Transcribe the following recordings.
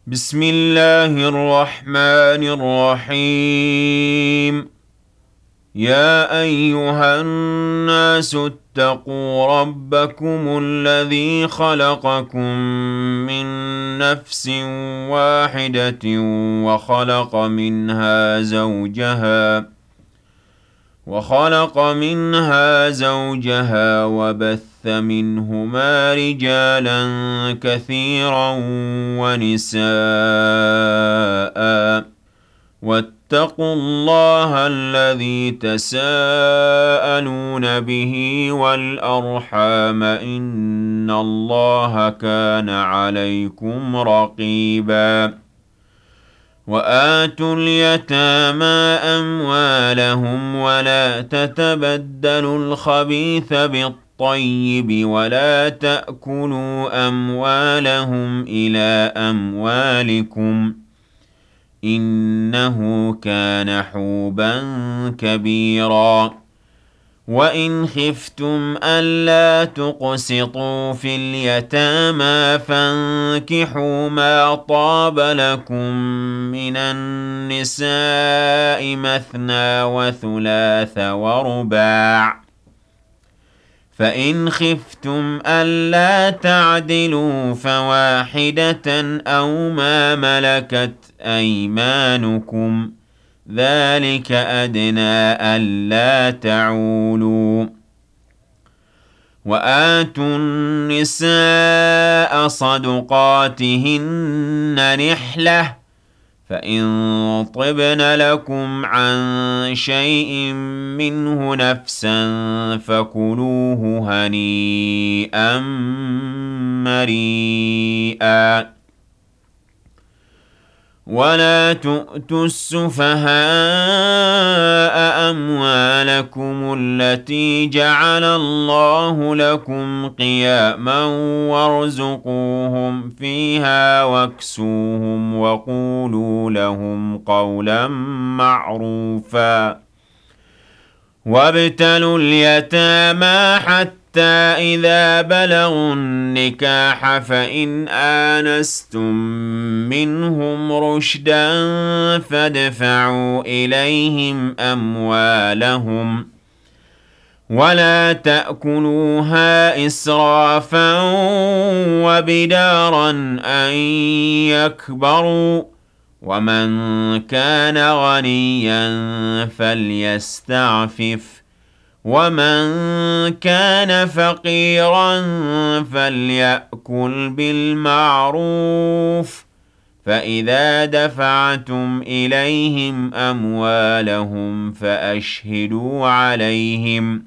بسم الله الرحمن الرحيم. يا أيها الناس اتقوا ربكم الذي خلقكم من نفس واحدة وخلق منها زوجها وبث منهما رجالا كثيرا ونساء. واتقوا الله الذي تساءلون به والأرحام إن الله كان عليكم رقيبا. وآتوا اليتامى أموالهم ولا تتبدلوا الخبيث بالطيب ولا تأكلوا أموالهم إلى أموالكم إنه كان حوبا كبيرا. وإن خفتم ألا تقسطوا في اليتامى فانكحوا ما طاب لكم من النساء مثنى وثلاث ورباع. فإن خفتم ألا تعدلوا فواحدة أو ما ملكت أيمانكم ذلك أدنى ألا تعولوا. وآتوا النساء صدقاتهن نحلة فإن طبن لكم عن شيء منه نفسا فكلوه هنيئا مريئا. ولا تؤتوا السفهاء أموالكم التي جعل الله لكم قياما وارزقوهم فيها واكسوهم وقولوا لهم قولا معروفا. وابتلوا اليتامى حتى إذا بلغوا النكاح فإن آنستم منهم رشدا فادفعوا إليهم أموالهم ولا تأكلوها إسرافا وبدارا أن يكبروا. ومن كان غنيا فليستعفف ومن كان فقيرا فليأكل بالمعروف. فإذا دفعتم إليهم أموالهم فأشهدوا عليهم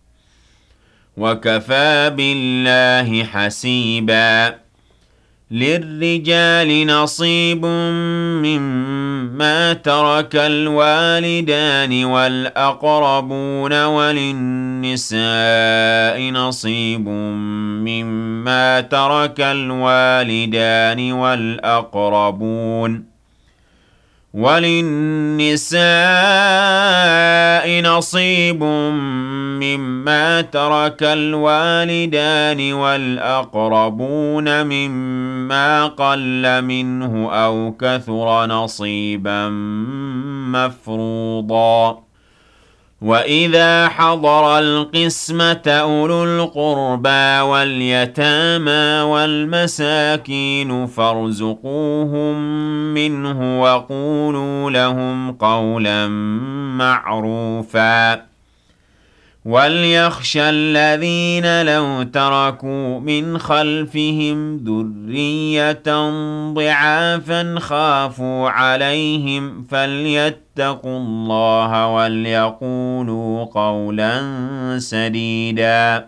وكفى بالله حسيبا. للرجال نصيب مما ترك الوالدان والأقربون وللنساء نصيب مما ترك الوالدان والأقربون مما قل منه أو كثر نصيبا مفروضا. وإذا حضر القسمة أولو القربى واليتامى والمساكين فارزقوهم منه وقولوا لهم قولا معروفا. وليخشى الذين لو تركوا من خلفهم ذرية ضعافا خافوا عليهم فليتقوا الله وليقولوا قولا سديدا.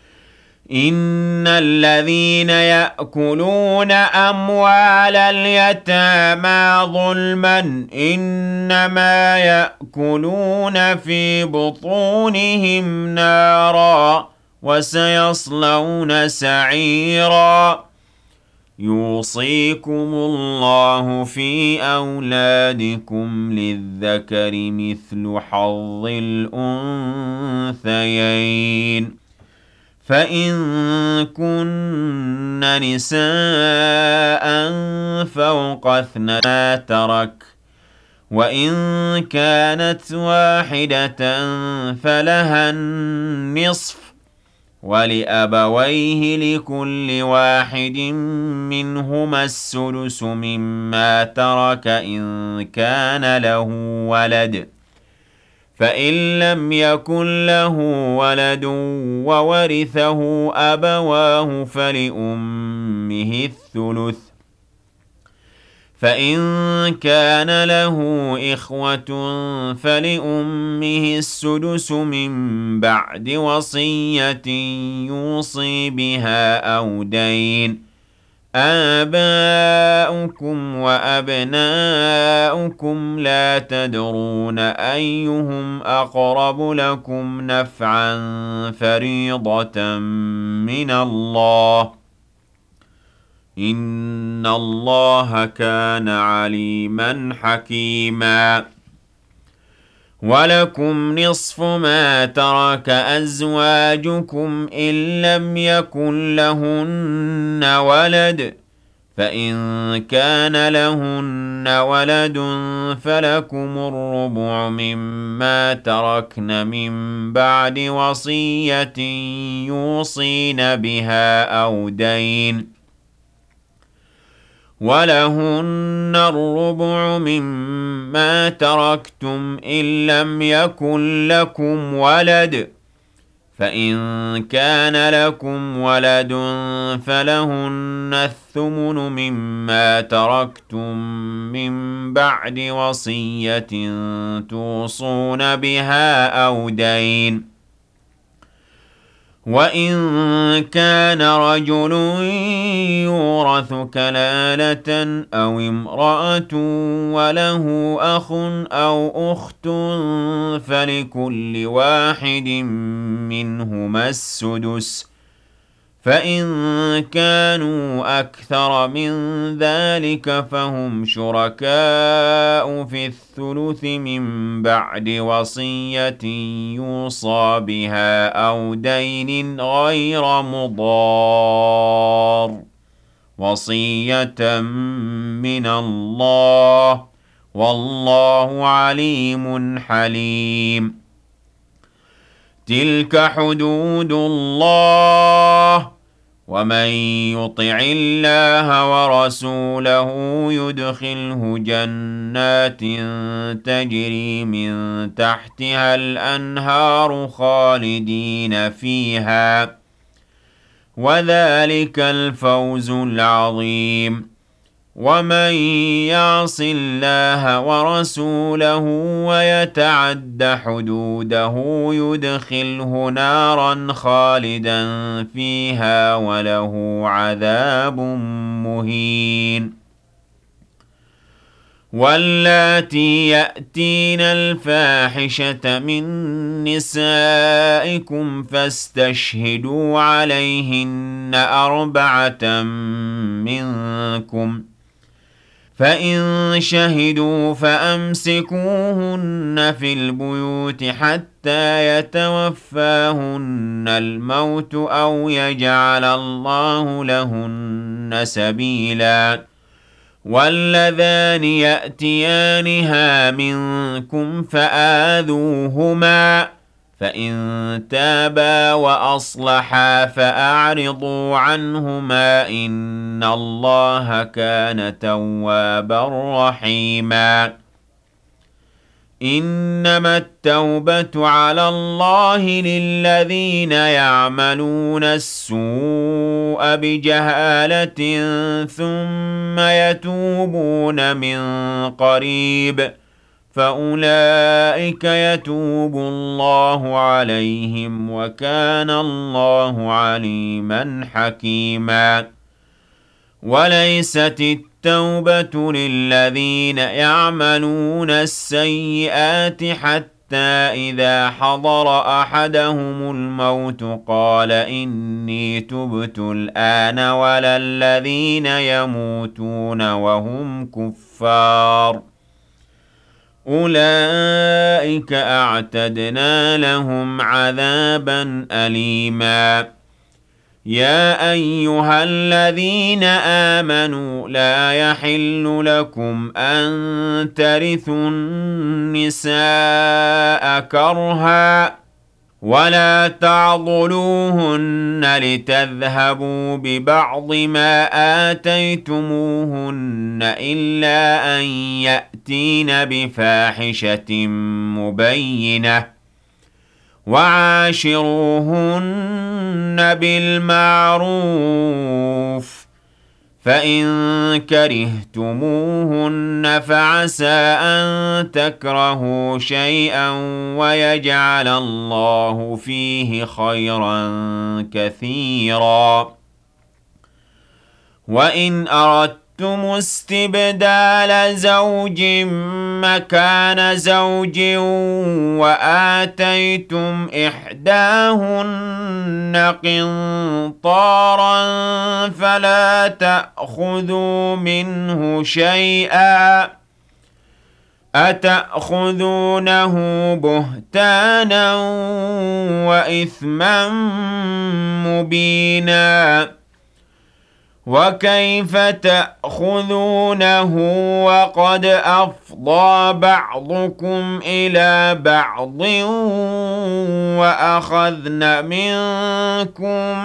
إن الذين يأكلون أموال اليتامى ظلما إنما يأكلون في بطونهم نارا وسيصلون سعيرا. يوصيكم الله في أولادكم للذكر مثل حظ الأنثيين فإن كن نساء فوق 2 ترك، وإن كانت واحدة فلها النصف، ولأبويه لكل واحد منهما السدس مما ترك إن كان له ولد، فإن لم يكن له ولد وورثه أبواه فلأمه الثلث، فإن كان له إخوة فلأمه السدس من بعد وصية يوصي بها أو دين. آباؤكم وأبناؤكم لا تدرون أيهم أقرب لكم نفعا فريضة من الله، إن الله كان عليما حكيما. ولكم نصف ما ترك أزواجكم إن لم يكن لهن ولد، فإن كان لهن ولد فلكم الربع مما تركن من بعد وصية يوصين بها أو دين، ولهن الربع مما تركتم إن لم يكن لكم ولد، فإن كان لكم ولد فلهن الثمن مما تركتم من بعد وصية توصون بها أو دين. وإن كان رجل يورث كلالة أو امرأة وله أخ أو أخت فلكل واحد منهما السدس، فإن كانوا أكثر من ذلك فهم شركاء في الثلث من بعد وصية يوصى بها أو دين غير مضار، وصية من الله، والله عليم حليم. تلك حدود الله، ومن يطع الله ورسوله يدخله جنات تجري من تحتها الأنهار خالدين فيها، وذلك الفوز العظيم. ومن يعص الله ورسوله ويتعد حدوده يدخله نارا خالدا فيها وله عذاب مهين. واللاتي يأتين الفاحشة من نسائكم فاستشهدوا عليهن 4 منكم، فإن شهدوا فأمسكوهن في البيوت حتى يتوفاهن الموت أو يجعل الله لهن سبيلا. واللذان يأتيانها منكم فآذوهما، فإن تابا وأصلحا فأعرضوا عنهما إن الله كان توابا رحيما. إنما التوبة على الله للذين يعملون السوء بجهالة ثم يتوبون من قريب فأولئك يتوب الله عليهم وكان الله عليما حكيما. وليست التوبة للذين يعملون السيئات حتى إذا حضر أحدهم الموت قال إني تبت الآن، ولا الذين يموتون وهم كفار أولئك أعتدنا لهم عذابا أليما. يا أيها الذين آمنوا لا يحل لكم أن ترثوا النساء كرها ولا تعضلوهن لتذهبوا ببعض ما آتيتموهن إلا أن يأتين بفاحشة مبينة وعاشروهن بالمعروف فإن كرهتموهن فعسى أن تكرهوا شيئا ويجعل الله فيه خيرا كثيرا وإن أردتم استبدال زوج مكان زوج وآتيتم إحداهن قنطارا فلا تأخذوا منه شيئا أتأخذونه بهتانا وإثما مبينا وكيف تأخذونه وقد أفضى بعضكم إلى بعض وأخذن منكم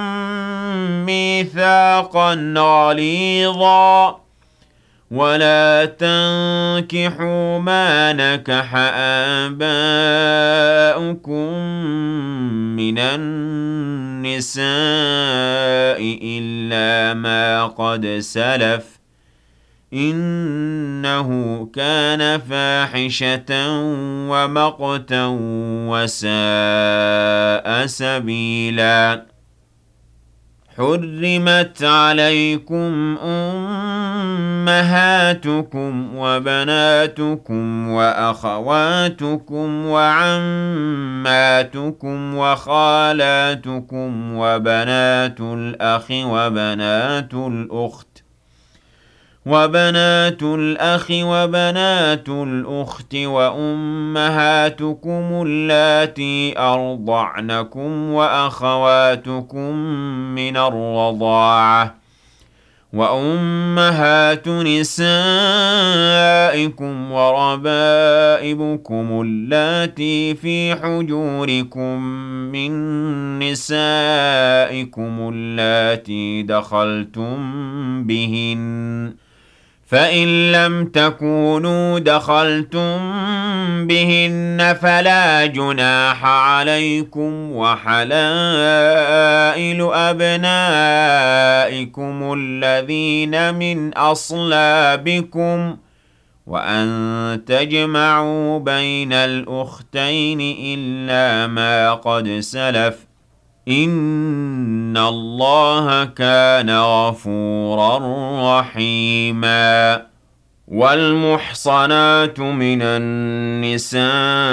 ميثاقا غليظا ولا تنكحوا ما نكح آباؤكم من النساء إلا ما قد سلف إنه كان فاحشة ومقتا وساء سبيلا حرمت عليكم أمهاتكم وبناتكم وأخواتكم وعماتكم وخالاتكم وبنات الأخ وبنات الأخت وأمهاتكم اللاتي أرضعنكم وأخواتكم من الرضاعة وأمهات نسائكم وربائبكم اللاتي في حجوركم من نسائكم اللاتي دخلتم بهن فإن لم تكونوا دخلتم بهن فلا جناح عليكم وحلائل أبنائكم الذين من أصلابكم وأن تجمعوا بين الأختين إلا ما قد سلف إن الله كان غفورا رحيما والمحصنات من النساء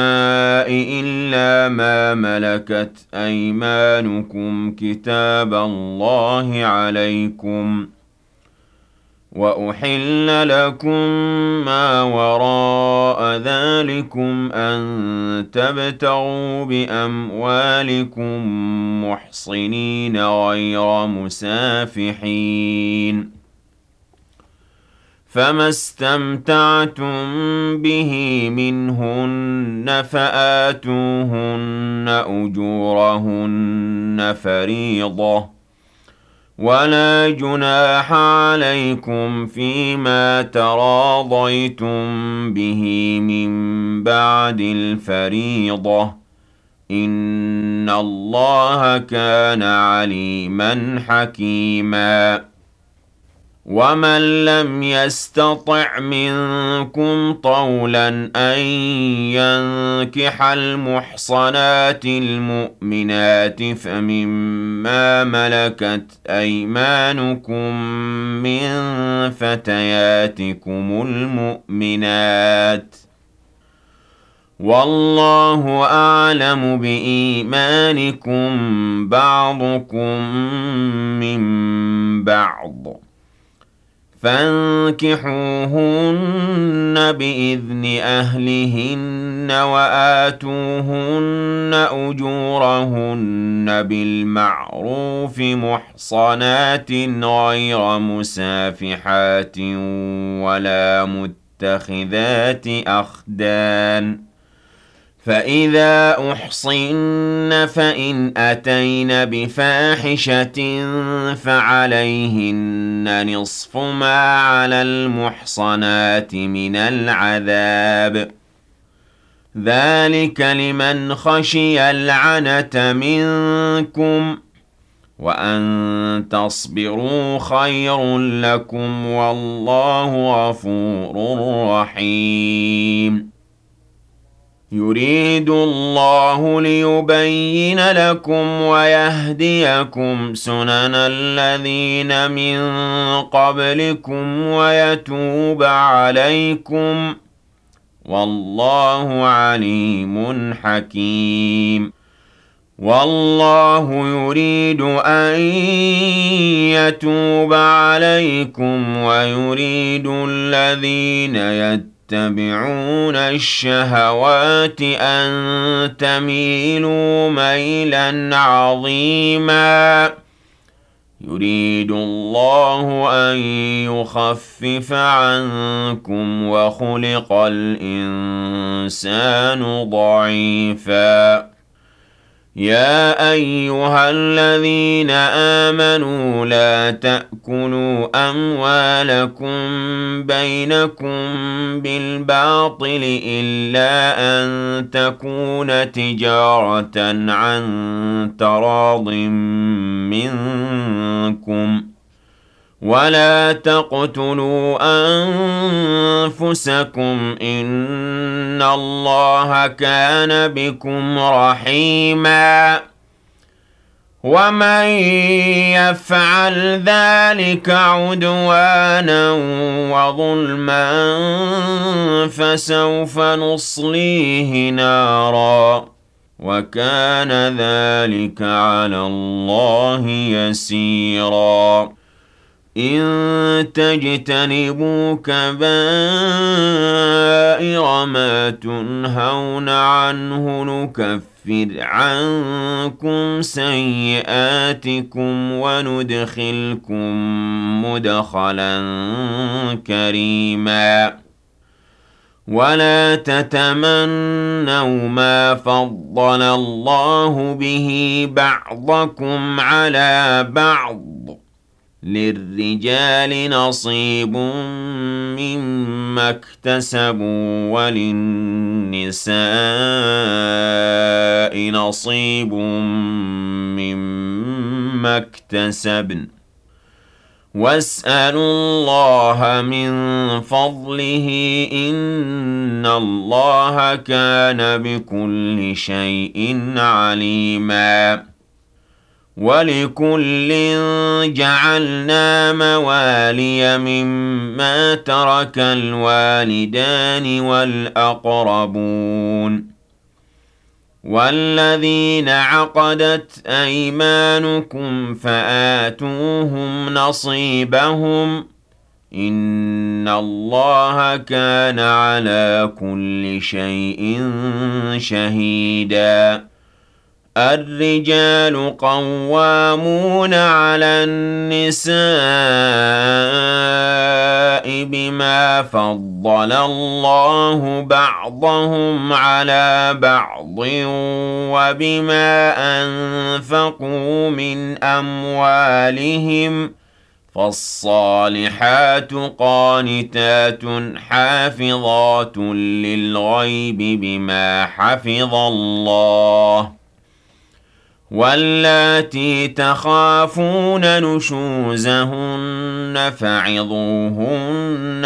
إلا ما ملكت أيمانكم كتاب الله عليكم وأحل لكم ما وراء ذلكم أن تبتغوا بأموالكم محصنين غير مسافحين فما استمتعتم به منهن فآتوهن أجورهن فريضة ولا جناح عليكم فيما تراضيتم به من بعد الفريضة إن الله كان عليما حكيما ومن لم يستطع منكم طولا أن ينكح المحصنات المؤمنات فمما ملكت أيمانكم من فتياتكم المؤمنات والله أعلم بإيمانكم بعضكم من بعض فانكحوهن بإذن أهلهن وآتوهن أجورهن بالمعروف محصنات غير مسافحات ولا متخذات أخدان فإذا أحصن فإن أتين بفاحشة فعليهن نصف ما على المحصنات من العذاب ذلك لمن خشي العنة منكم وأن تصبروا خير لكم والله غفور رحيم يريد الله ليبين لكم ويهديكم سنن الذين من قبلكم ويتوب عليكم والله عليم حكيم والله يريد أن يتوب عليكم ويريد الذين يتبعون الشهوات أن تميلوا ميلا عظيما يريد الله أن يخفف عنكم وخلق الإنسان ضعيفا يا أيها الذين آمنوا لا تأكلوا أموالكم بينكم بالباطل إلا أن تكون تجارة عن تراض منكم ولا تقتلوا أنفسكم إن الله كان بكم رحيما ومن يفعل ذلك عدوانا وظلما فسوف نصليه نارا وكان ذلك على الله يسيرا إن تجتنبوا كبائر ما تنهون عنه نكفر عنكم سيئاتكم وندخلكم مدخلا كريما ولا تتمنوا ما فضل الله به بعضكم على بعض للرجال نصيب مما اكتسبوا وللنساء نصيب مما اكتسبن واسألوا الله من فضله إن الله كان بكل شيء عليما ولكل جعلنا موالي مما ترك الوالدان والأقربون والذين عقدت أيمانكم فآتوهم نصيبهم إن الله كان على كل شيء شهيدا الرجال قوامون على النساء بما فضل الله بعضهم على بعض وبما أنفقوا من أموالهم فالصالحات قانتات حافظات للغيب بما حفظ الله واللاتي تخافون نشوزهن فعظوهن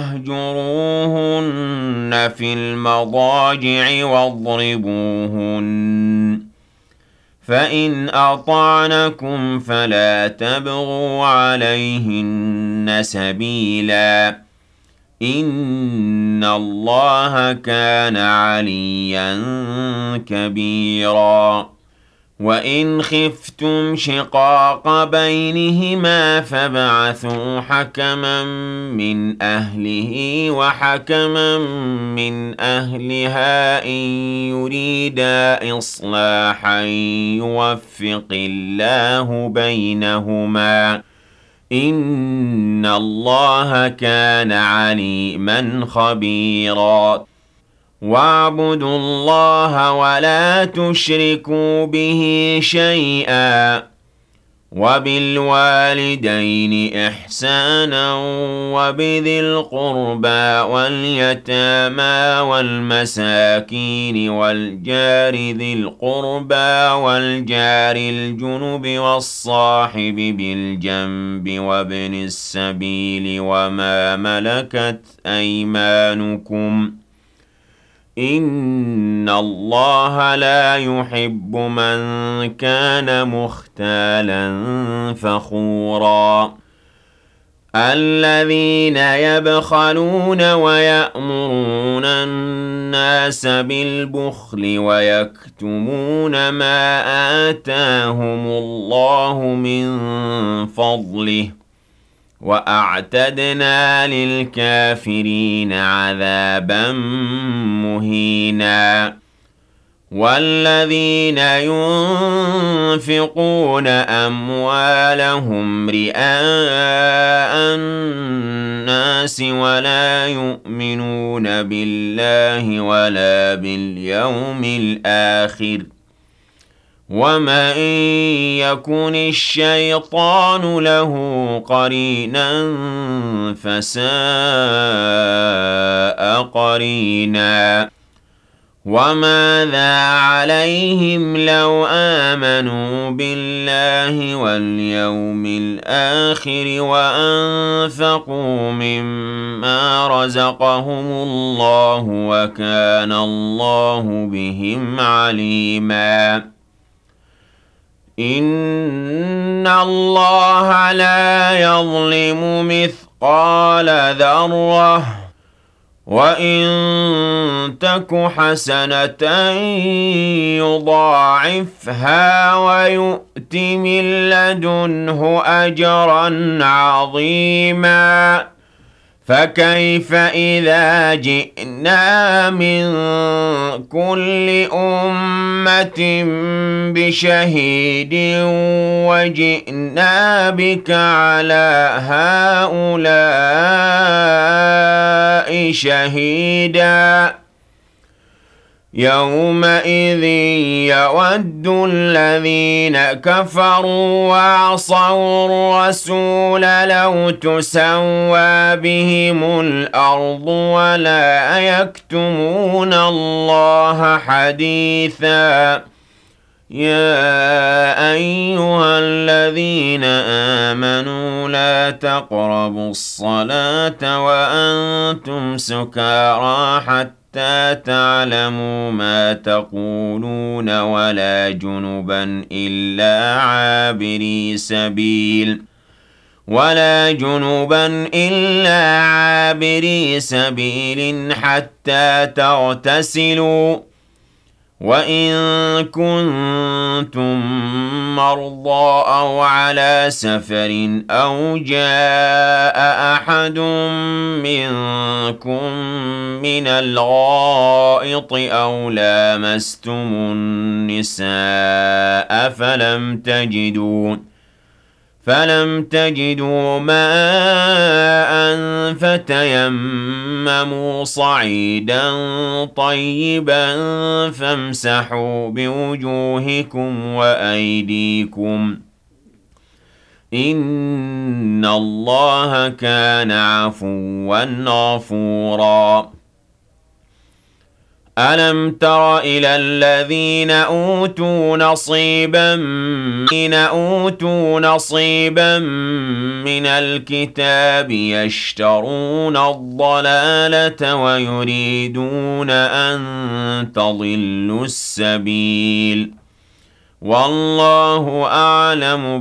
واهجروهن في المضاجع واضربوهن فإن أطعنكم فلا تبغوا عليهن سبيلا إن الله كان عليا كبيرا وَإِنْ خِفْتُمْ شِقَاقَ بَيْنِهِمَا فَابْعَثُوا حَكَمًا مِّنْ أَهْلِهِ وَحَكَمًا مِّنْ أَهْلِهَا إِن يُرِيدَا إِصْلَاحًا يُوَفِّقِ اللَّهُ بَيْنَهُمَا ۗ إِنَّ اللَّهَ كَانَ عَلِيمًا خَبِيرًا. وَاعْبُدُوا اللَّهَ وَلَا تُشْرِكُوا بِهِ شَيْئًا، وَبِالْوَالِدَيْنِ إِحْسَانًا، وَبِذِي الْقُرْبَىٰ وَالْيَتَامَىٰ وَالْمَسَاكِينِ وَالْجَارِ ذِي الْقُرْبَىٰ وَالْجَارِ الْجُنُبِ وَالصَّاحِبِ بِالْجَنبِ وَابْنِ السَّبِيلِ وَمَا مَلَكَتْ أَيْمَانُكُمْ ۗ إِنَّ اللَّهَ لَا يُحِبُّ مَن كَانَ مُخْتَالًا فَخُورًا. الَّذِينَ يَبْخَلُونَ وَيَأْمُرُونَ النَّاسَ بِالْبُخْلِ وَيَكْتُمُونَ مَا آتَاهُمُ اللَّهُ مِن فَضْلِهِ ۗ وَأَعْتَدْنَا لِلْكَافِرِينَ عَذَابًا مُّهِينًا. وَالَّذِينَ يُنفِقُونَ أَمْوَالَهُمْ رِئَاءَ النَّاسِ وَلَا يُؤْمِنُونَ بِاللَّهِ وَلَا بِالْيَوْمِ الْآخِرِ، وَمَن يَكُنِ الشَّيْطَانُ لَهُ قَرِينًا فَسَاءَ قَرِينًا. وَمَاذَا عَلَيْهِمْ لَوْ آمَنُوا بِاللَّهِ وَالْيَوْمِ الْآخِرِ وَأَنفَقُوا مِمَّا رَزَقَهُمُ اللَّهُ وَكَانَ اللَّهُ بِهِمْ عَلِيمًا. إِنَّ اللَّهَ لَا يَظْلِمُ مِثْقَالَ ذَرَّةٍ، وَإِن تَكُ حَسَنَةً يُضَاعِفْهَا وَيُؤْتِ مِن لَّدُنْهُ أَجْرًا عَظِيمًا. فَكَيْفَ إِذَا جِئْنَا مِن كُلِّ أُمَّةٍ بِشَهِيدٍ وَجِئْنَا بِكَ عَلَىٰ هَٰؤُلَاءِ شَهِيدًا. يَوْمَئِذٍ يَوَدُّ الَّذِينَ كَفَرُوا وَعَصَوُا الرَّسُولَ لَوْ تُسَوَّىٰ بِهِمُ الْأَرْضُ وَلَا يَكْتُمُونَ اللَّهَ حَدِيثًا. يَا أَيُّهَا الَّذِينَ آمَنُوا لَا تَقْرَبُوا الصَّلَاةَ وَأَنتُمْ سُكَارَىٰ حَتَّىٰ تَعْلَمُوا مَا تَقُولُونَ وَلَا جُنُبًا إِلَّا عَابِرِي سَبِيلٍ حَتَّىٰ تَغْتَسِلُوا، وَإِن كُنتُم مَّرْضَىٰ أَوْ عَلَىٰ سَفَرٍ أَوْ جَاءَ أَحَدٌ مِّنكُم مِّنَ الْغَائِطِ أَوْ لَامَسْتُمُ النِّسَاءَ فَلَمْ تَجِدُوا مَاءً فَتَيَمَّمُوا صَعِيدًا طَيِّبًا فَامْسَحُوا بِوُجُوهِكُمْ وَأَيْدِيكُمْ ۗ إِنَّ اللَّهَ كَانَ عَفُوًّا غَفُورًا. أَلَمْ تَرَ إِلَى الَّذِينَ أُوتُوا نَصِيبًا مِّنَ الْكِتَابِ يَشْتَرُونَ الضَّلَالَةَ وَيُرِيدُونَ أَن تَضِلُّوا السَّبِيلَ. وَاللَّهُ أَعْلَمُ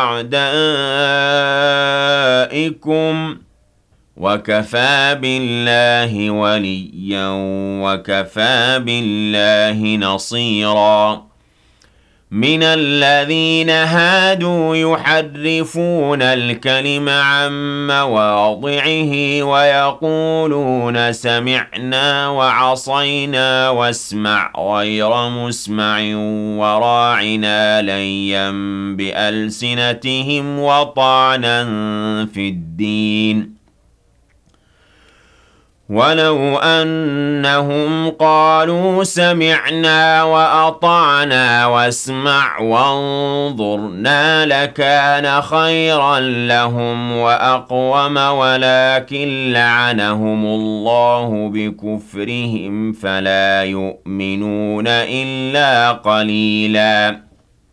بِأَعْدَائِكُمْ ۚ وَكَفَىٰ بِاللَّهِ وَلِيًّا وَكَفَىٰ بِاللَّهِ نَصِيرًا. من الذين هادوا يحرفون الكلم عن مواضعه ويقولون سمعنا وعصينا واسمع غير مسمع وراعنا ليا بألسنتهم وطعنا في الدين ولو أنهم قالوا سمعنا وأطعنا واسمع وانظرنا لكان خيرا لهم وأقوم ولكن لعنهم الله بكفرهم فلا يؤمنون إلا قليلاً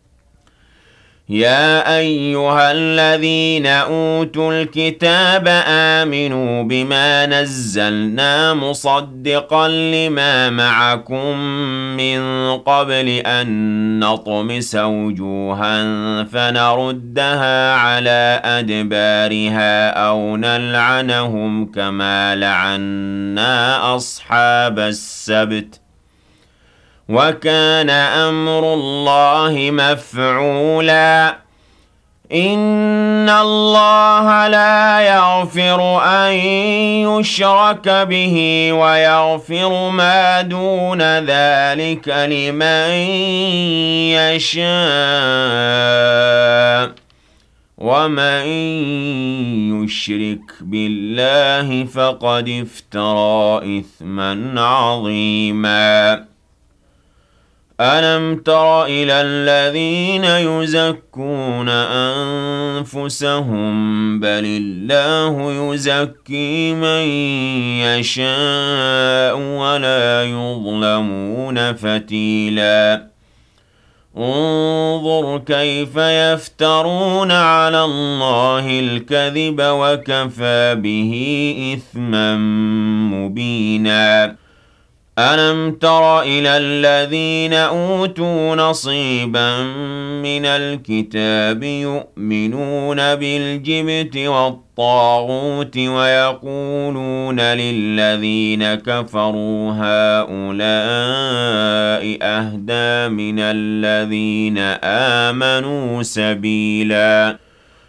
يا أيها الذين أوتوا الكتاب آمنوا بما نزلنا مصدقا لما معكم من قبل أن نطمس وجوها فنردها على أدبارها أو نلعنهم كما لعنا أصحاب السبت وكان أمر الله مفعولا إن الله لا يغفر أن يشرك به ويغفر ما دون ذلك لمن يشاء ومن يشرك بالله فقد افترى إثما عظيما ألم تر إلى الذين يزكون أنفسهم بل الله يزكي من يشاء ولا يظلمون فتيلا انظر كيف يفترون على الله الكذب وكفى به إثما مبينا ألم تر إلى الذين أوتوا نصيبا من الكتاب يؤمنون بالجبت والطاغوت ويقولون للذين كفروا هؤلاء أهدى من الذين آمنوا سبيلا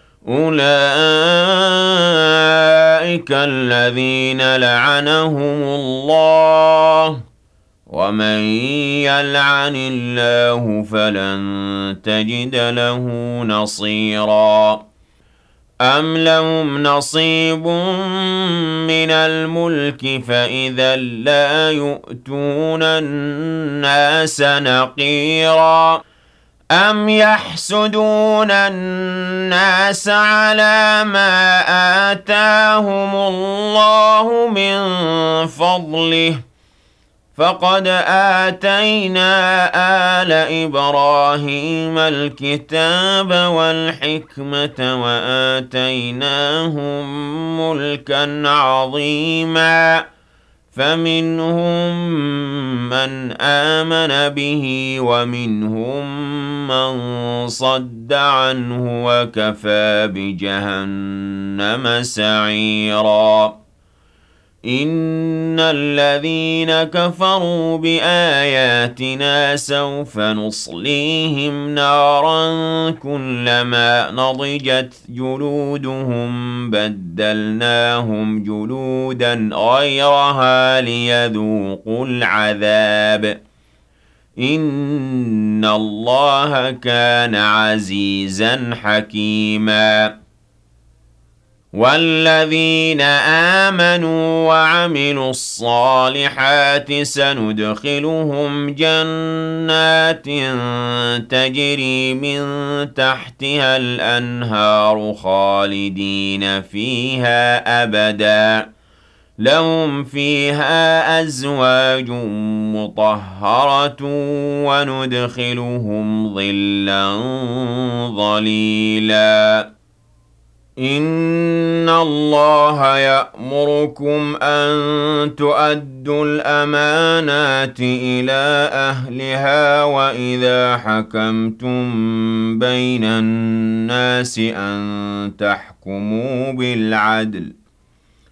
أولئك الذين لعنهم الله ومن يلعن الله فلن تجد له نصيرا أم لهم نصيب من الملك فإذا لا يؤتون الناس نقيرا أم يحسدون الناس على ما آتاهم الله من فضله فقد آتينا آل إبراهيم الكتاب والحكمة وآتيناهم ملكا عظيما فمنهم من آمن به ومنهم من صد عنه وكفى بجهنم سعيرا إن الذين كفروا بآياتنا سوف نصليهم نارا كلما نضجت جلودهم بدلناهم جلودا غيرها ليذوقوا العذاب إن الله كان عزيزا حكيما والذين آمنوا وعملوا الصالحات سندخلهم جنات تجري من تحتها الأنهار خالدين فيها أبدا لهم فيها أزواج مطهرة وندخلهم ظلا ظليلا إن الله يأمركم أن تؤدوا الأمانات إلى أهلها وإذا حكمتم بين الناس أن تحكموا بالعدل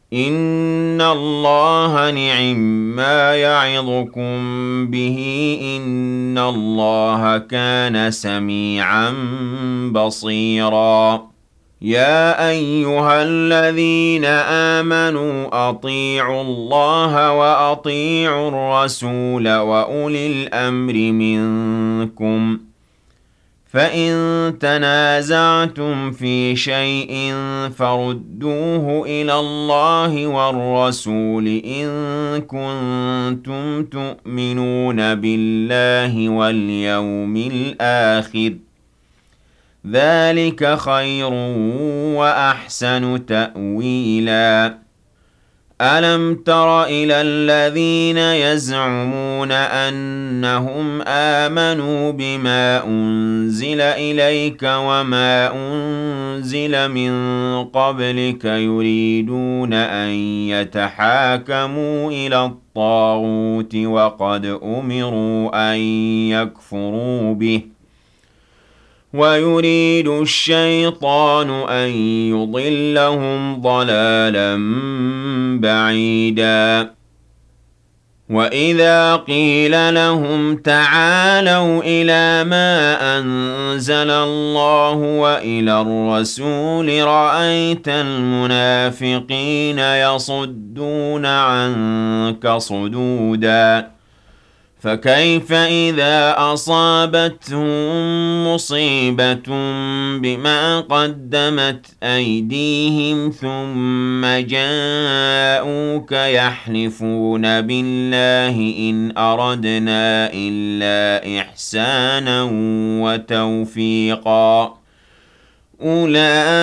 إِنَّ اللَّهَ نِعِمَّا يَعِظُكُم بِهِ ۗ إِنَّ اللَّهَ كَانَ سَمِيعًا بَصِيرًا يَا أَيُّهَا الَّذِينَ آمَنُوا أَطِيعُوا اللَّهَ وَأَطِيعُوا الرَّسُولَ وَأُولِي الْأَمْرِ مِنكُمْ ۖ فَإِن تَنَازَعْتُمْ فِي شَيْءٍ فَرُدُّوهُ إِلَى اللَّهِ وَالرَّسُولِ إِن كُنتُمْ تُؤْمِنُونَ بِاللَّهِ وَالْيَوْمِ الْآخِرِ ۚ ذَٰلِكَ خَيْرٌ وَأَحْسَنُ تَأْوِيلًا أَلَمْ تَرَ إِلَى الَّذِينَ يَزْعُمُونَ أَنَّهُمْ آمَنُوا بِمَا أُنزِلَ إِلَيْكَ وَمَا أُنزِلَ مِن قَبْلِكَ يُرِيدُونَ أَن يَتَحَاكَمُوا إِلَى الطَّاغُوتِ وَقَدْ أُمِرُوا أَن يَكْفُرُوا بِهِ ۚ وَيُرِيدُ الشَّيْطَانُ أَن يُضِلَّهُمْ ضَلَالًا بَعِيدًا وَإِذَا قِيلَ لَهُمْ تَعَالَوْا إِلَىٰ مَا أَنزَلَ اللَّهُ وَإِلَى الرَّسُولِ رَأَيْتَ الْمُنَافِقِينَ يَصُدُّونَ عَنكَ صُدُودًا فَكَيْفَ إِذَا أَصَابَتْهُم مُّصِيبَةٌ بِمَا قَدَّمَتْ أَيْدِيهِمْ ثُمَّ جَاءُوكَ يَحْلِفُونَ بِاللَّهِ إِنْ أَرَدْنَا إِلَّا إِحْسَانًا وَتَوْفِيقًا أُولَٰئِكَ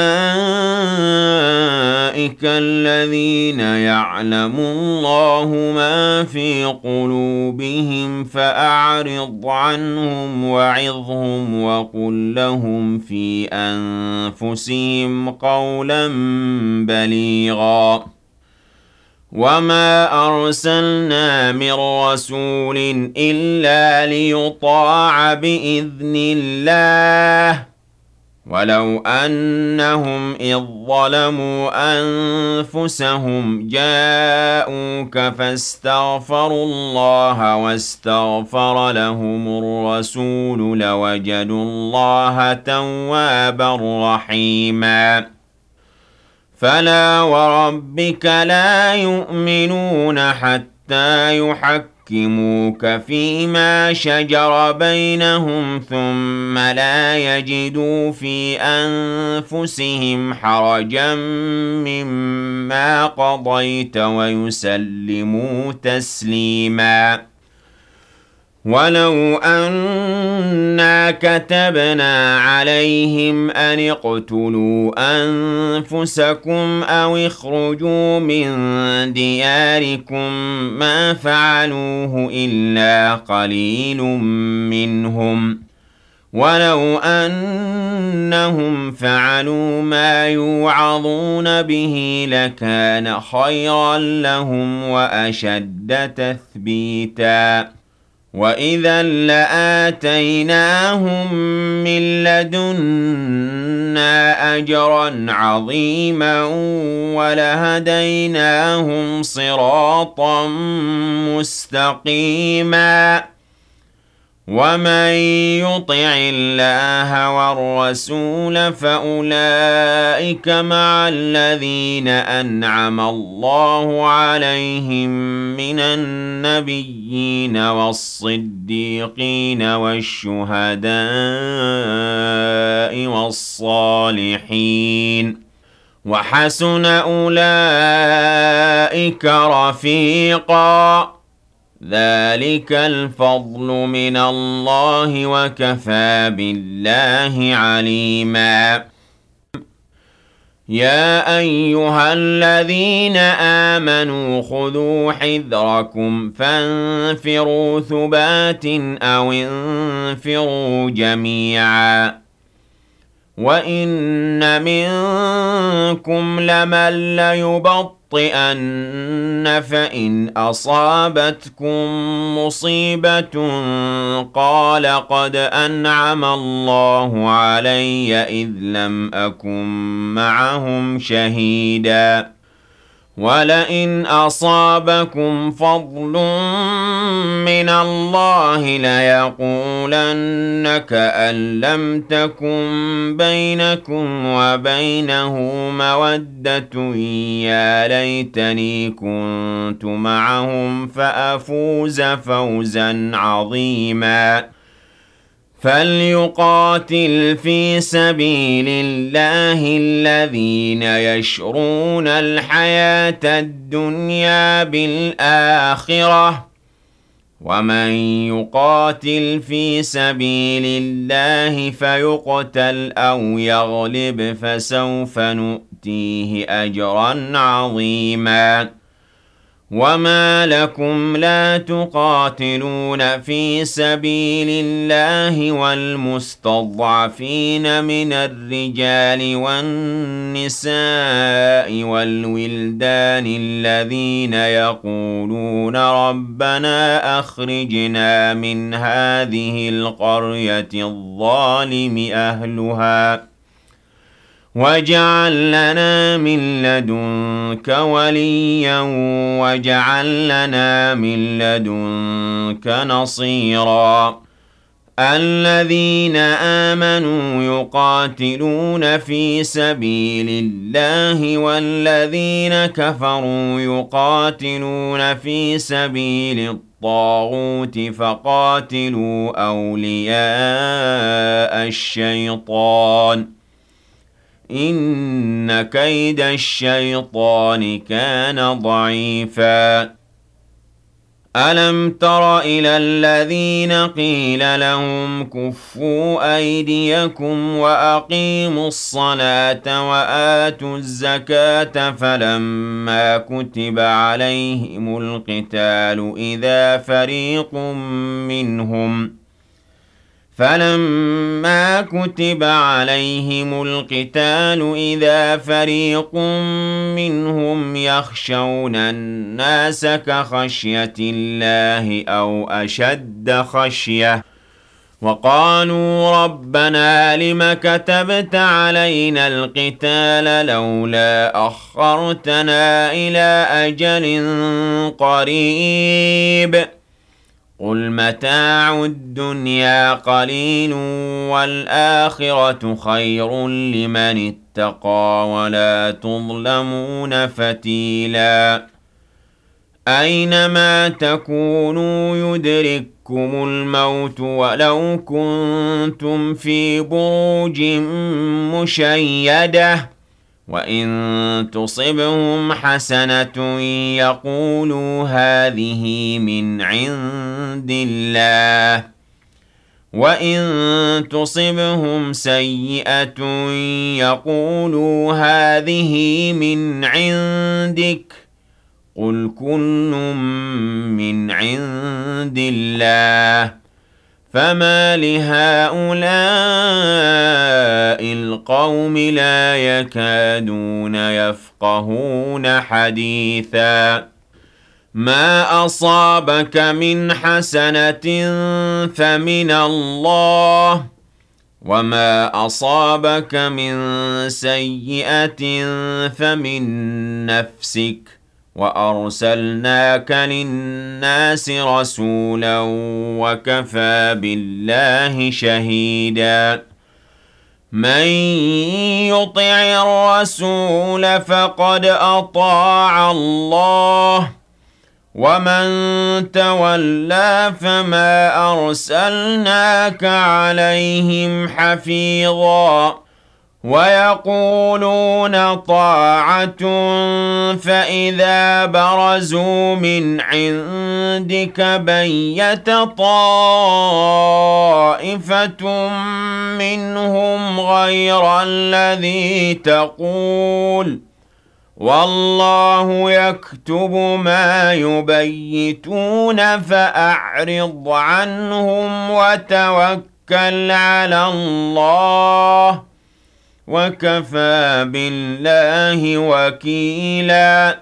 الَّذِينَ يَعْلَمُ اللَّهُ مَا فِي قُلُوبِهِمْ فَأَعْرِضْ عَنْهُمْ وَعِظْهُمْ وَقُل لَّهُمْ فِي أَنفُسِهِمْ قَوْلًا بَلِيغًا وَمَا أَرْسَلْنَا مِن رَّسُولٍ إِلَّا لِيُطَاعَ بِإِذْنِ اللَّهِ وَلَوْ أَنَّهُمْ إِذ ظَّلَمُوا أَنفُسَهُمْ جَاءُوكَ فَاسْتَغْفَرُوا اللَّهَ وَاسْتَغْفَرَ لَهُمُ الرَّسُولُ لَوَجَدُوا اللَّهَ تَوَّابًا رَّحِيمًا فَلَا وَرَبِّكَ لَا يُؤْمِنُونَ حَتَّىٰ يُحَكِّمُوكَ فِيمَا شَجَرَ بَيْنَهُمْ ثُمَّ لَا يَجِدُوا فِي أَنفُسِهِمْ حَرَجًا مِّمَّا قَضَيْتَ وَيُسَلِّمُوا تَسْلِيمًا وَلَوْ أَنَّا كَتَبْنَا عَلَيْهِمْ أَنِ اقْتُلُوا أَنفُسَكُمْ أَوِ اخْرُجُوا مِن دِيَارِكُم مَّا فَعَلُوهُ إِلَّا قَلِيلٌ مِّنْهُمْ ۖ وَلَوْ أَنَّهُمْ فَعَلُوا مَا يُوعَظُونَ بِهِ لَكَانَ خَيْرًا لَّهُمْ وَأَشَدَّ تَثْبِيتًا وَإِذًا لَّآتَيْنَاهُم مِّن لَّدُنَّا أَجْرًا عَظِيمًا وَلَهَدَيْنَاهُمْ صِرَاطًا مُّسْتَقِيمًا وَمَن يُطِعِ اللَّهَ وَالرَّسُولَ فَأُولَٰئِكَ مَعَ الَّذِينَ أَنْعَمَ اللَّهُ عَلَيْهِم مِّنَ النَّبِيِّينَ وَالصِّدِّيقِينَ وَالشُّهَدَاءِ وَالصَّالِحِينَ ۚ وَحَسُنَ أُولَٰئِكَ رَفِيقًا ذَٰلِكَ الْفَضْلُ مِنَ اللَّهِ ۚ وَكَفَىٰ بِاللَّهِ عَلِيمًا يَا أَيُّهَا الَّذِينَ آمَنُوا خُذُوا حِذْرَكُمْ فَانفِرُوا ثُبَاتٍ أَوِ انفِرُوا جَمِيعًا وَإِنَّ مِنكُمْ لَمَن لَّيُبَطِّئَنَّ فَإِنْ أَصَابَتْكُم مُّصِيبَةٌ قَالَ قَدْ أَنْعَمَ اللَّهُ عَلَيَّ إِذْ لَمْ أَكُن مَّعَهُمْ شَهِيدًا وَلَئِنْ أَصَابَكُمْ فَضْلٌ مِّنَ اللَّهِ لَيَقُولَنَّ كَأَن لَّمْ تَكُن بَيْنَكُمْ وَبَيْنَهُ مَوَدَّةٌ يَا لَيْتَنِي كُنتُ مَعَهُمْ فَأَفُوزَ فَوْزًا عَظِيمًا فَلْيُقَاتِلْ فِي سَبِيلِ اللَّهِ الَّذِينَ يَشْرُونَ الْحَيَاةَ الدُّنْيَا بِالْآخِرَةِ ۖ وَمَن يُقَاتِلْ فِي سَبِيلِ اللَّهِ فَيُقْتَلْ أَوْ يَغْلِبْ فَسَوْفَ نُؤْتِيهِ أَجْرًا عَظِيمًا وَمَا لَكُمْ لَا تُقَاتِلُونَ فِي سَبِيلِ اللَّهِ وَالْمُسْتَضْعَفِينَ مِنَ الرِّجَالِ وَالنِّسَاءِ وَالْوِلْدَانِ الَّذِينَ يَقُولُونَ رَبَّنَا أَخْرِجْنَا مِنْ هَٰذِهِ الْقَرْيَةِ الظَّالِمِ أَهْلُهَا وَاجْعَل لَّنَا مِن لَّدُنكَ وَلِيًّا وَاجْعَل لَّنَا مِن لَّدُنكَ نَصِيرًا الَّذِينَ آمَنُوا يُقَاتِلُونَ فِي سَبِيلِ اللَّهِ وَالَّذِينَ كَفَرُوا يُقَاتِلُونَ فِي سَبِيلِ الطَّاغُوتِ فَقَاتِلُوا أَوْلِيَاءَ الشَّيْطَانِ ۖ إِنَّ كَيْدَ الشَّيْطَانِ كَانَ ضَعِيفًا أَلَمْ تَرَ إِلَى الَّذِينَ قِيلَ لَهُمْ كُفُّوا أَيْدِيَكُمْ وَأَقِيمُوا الصَّلَاةَ وَآتُوا الزَّكَاةَ فَلَمَّا كُتِبَ عَلَيْهِمُ الْقِتَالُ إِذَا فَرِيقٌ مِّنْهُمْ يَخْشَوْنَ النَّاسَ كَخَشْيَةِ اللَّهِ أَوْ أَشَدَّ خَشْيَةً وَقَالُوا رَبَّنَا لِمَ كَتَبْتَ عَلَيْنَا الْقِتَالَ لَوْلَا أَخَّرْتَنَا إِلَىٰ أَجَلٍ قَرِيبٍ قُلْ مَتَاعُ الدُّنْيَا قَلِيلٌ وَالْآخِرَةُ خَيْرٌ لِّمَنِ اتَّقَىٰ وَلَا تُظْلَمُونَ فَتِيلًا أَيْنَمَا تَكُونُوا يُدْرِككُّمُ الْمَوْتُ وَلَوْ كُنتُمْ فِي بُرُوجٍ مُّشَيَّدَةٍ وَإِن تُصِبْهُمْ حَسَنَةٌ يَقُولُوا هَٰذِهِ مِنْ عِندِ اللَّهِ وَإِن تُصِبْهُمْ سَيِّئَةٌ يَقُولُوا هَٰذِهِ مِنْ عِندِكَ قُلْ كُلٌّ مِّنْ عِندِ اللَّهِ فَمَالِ هَٰؤُلَاءِ الْقَوْمِ لَا يَكَادُونَ يَفْقَهُونَ حَدِيثًا مَا أَصَابَكَ مِنْ حَسَنَةٍ فَمِنَ اللَّهِ وَمَا أَصَابَكَ مِنْ سَيِّئَةٍ فَمِنْ نَفْسِكَ وَأَرْسَلْنَاكَ لِلنَّاسِ رَسُولًا وَكَفَىٰ بِاللَّهِ شَهِيدًا مَن يُطِعِ الرَّسُولَ فَقَدْ أَطَاعَ اللَّهَ وَمَن تَوَلَّىٰ فَمَا أَرْسَلْنَاكَ عَلَيْهِمْ حَفِيظًا وَيَقُولُونَ طَاعَةٌ فَإِذَا بَرَزُوا مِنْ عِندِكَ بَيَّتَ طَائِفَةٌ مِّنْهُمْ غَيْرَ الَّذِي تَقُولُ وَاللَّهُ يَكْتُبُ مَا يُبَيِّتُونَ فَأَعْرِضْ عَنْهُمْ وَتَوَكَّلْ عَلَى اللَّهِ وَكَفَىٰ بِاللَّهِ وَكِيلًا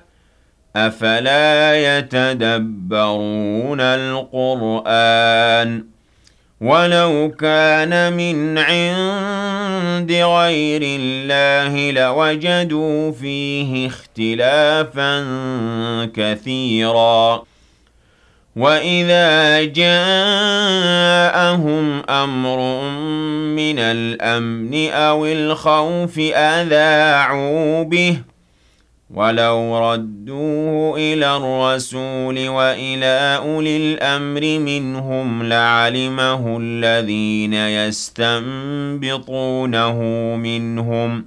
أَفَلَا يَتَدَبَّرُونَ الْقُرْآنَ ولو كان من عند غير الله لوجدوا فيه اختلافا كثيرا وإذا جاءهم أمر من الأمن أو الخوف أذاعوا به ولو ردوه إلى الرسول وإلى أولي الأمر منهم لعلمه الذين يستنبطونه منهم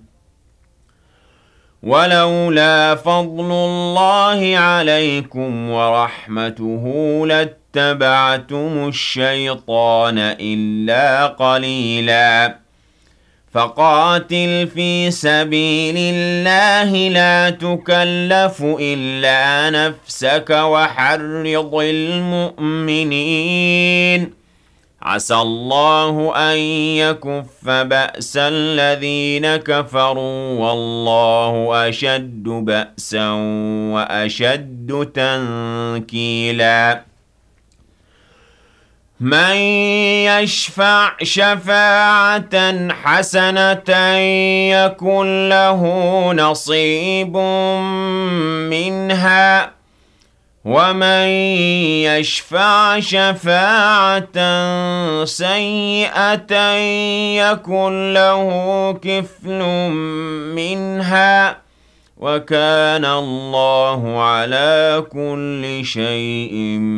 ولولا فضل الله عليكم ورحمته لاتبعتم الشيطان إلا قليلا فقاتل في سبيل الله لا تكلف إلا نفسك وحرض المؤمنين عسى الله أن يكف بأس الذين كفروا والله أشد بأسا وأشد تنكيلا من يشفع شفاعة حسنة يكن له نصيب منها ومن يشفع شفاعة سيئة يكن له كفل منها وكان الله على كل شيء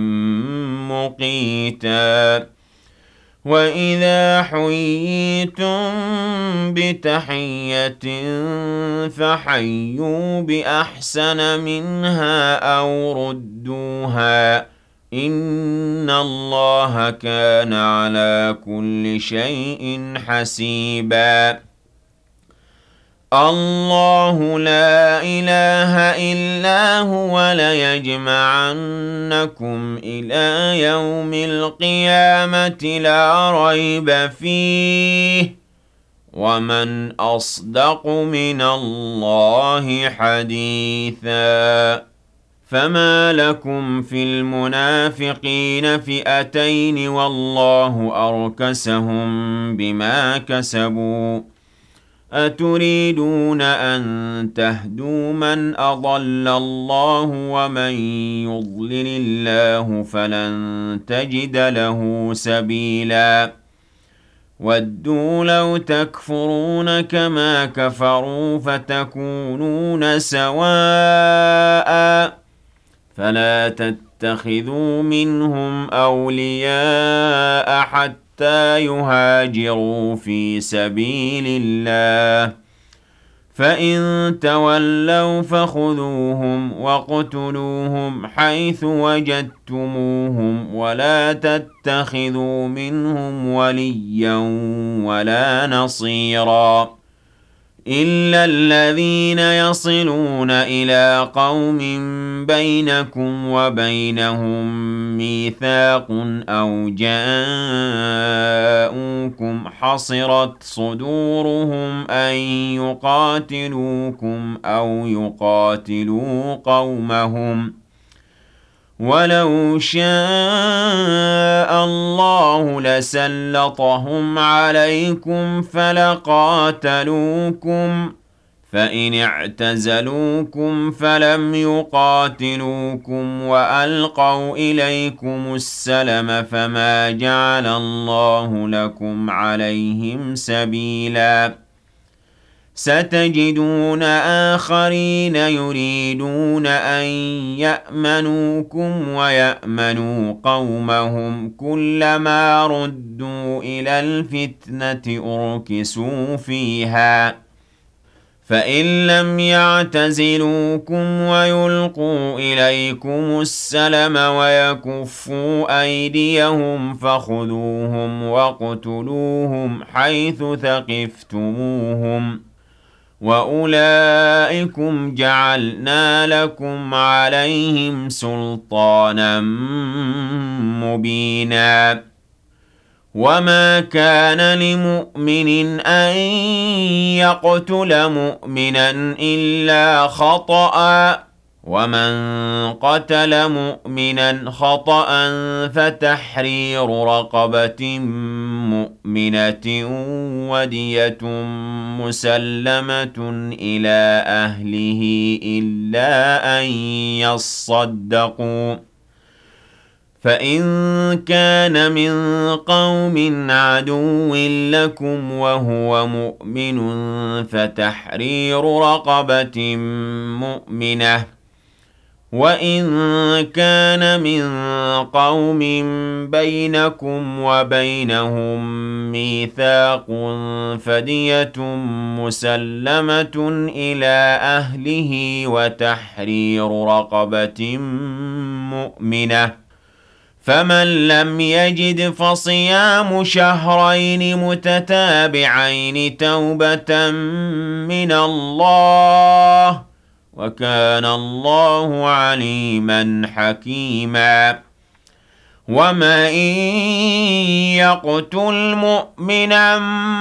مقيتا وإذا حييتم بتحية فحيوا بأحسن منها أو ردوها إن الله كان على كل شيء حسيبا الله لا إله إلا هو ليجمعنكم إلى يوم القيامة لا ريب فيه ومن أصدق من الله حديثا فما لكم في المنافقين فئتين والله أركسهم بما كسبوا أتريدون أن تهدوا من أضل الله ومن يضلل الله فلن تجد له سبيلا ودوا لو تكفرون كما كفروا فتكونون سواء فلا تتخذوا منهم أولياء حتى يهاجروا في سبيل الله فإن تولوا فخذوهم واقتلوهم حيث وجدتموهم ولا تتخذوا منهم وليا ولا نصيرا إلا الذين يصلون إلى قوم بينكم وبينهم ميثاق أو جاءوكم حصرت صدورهم أن يقاتلوكم أو يقاتلوا قومهم ولو شاء الله لسلطهم عليكم فلقاتلوكم فإن اعتزلوكم فلم يقاتلوكم وألقوا إليكم السلم فما جعل الله لكم عليهم سبيلا ستجدون آخرين يريدون أن يأمنوكم ويأمنوا قومهم كلما ردوا إلى الفتنة أركسوا فيها فإن لم يعتزلوكم ويلقوا إليكم السلم ويكفوا أيديهم فخذوهم واقتلوهم حيث ثقفتموهم وأولئكم جعلنا لكم عليهم سلطانا مبينا وما كان لمؤمن أن يقتل مؤمنا إلا خطأ ومن قتل مؤمنا خطأ فتحرير رقبة مؤمنة ودية مسلمة إلى أهله إلا أن يصدقوا. فإن كان من قوم عدو لكم وهو مؤمن فتحرير رقبة مؤمنة. وإن كان من قوم بينكم وبينهم ميثاق فدية مسلمة إلى أهله وتحرير رقبة مؤمنة. فمن لم يجد فصيام شهرين متتابعين توبة من الله، وكان الله عليما حكيما. ومن يقتل مؤمنا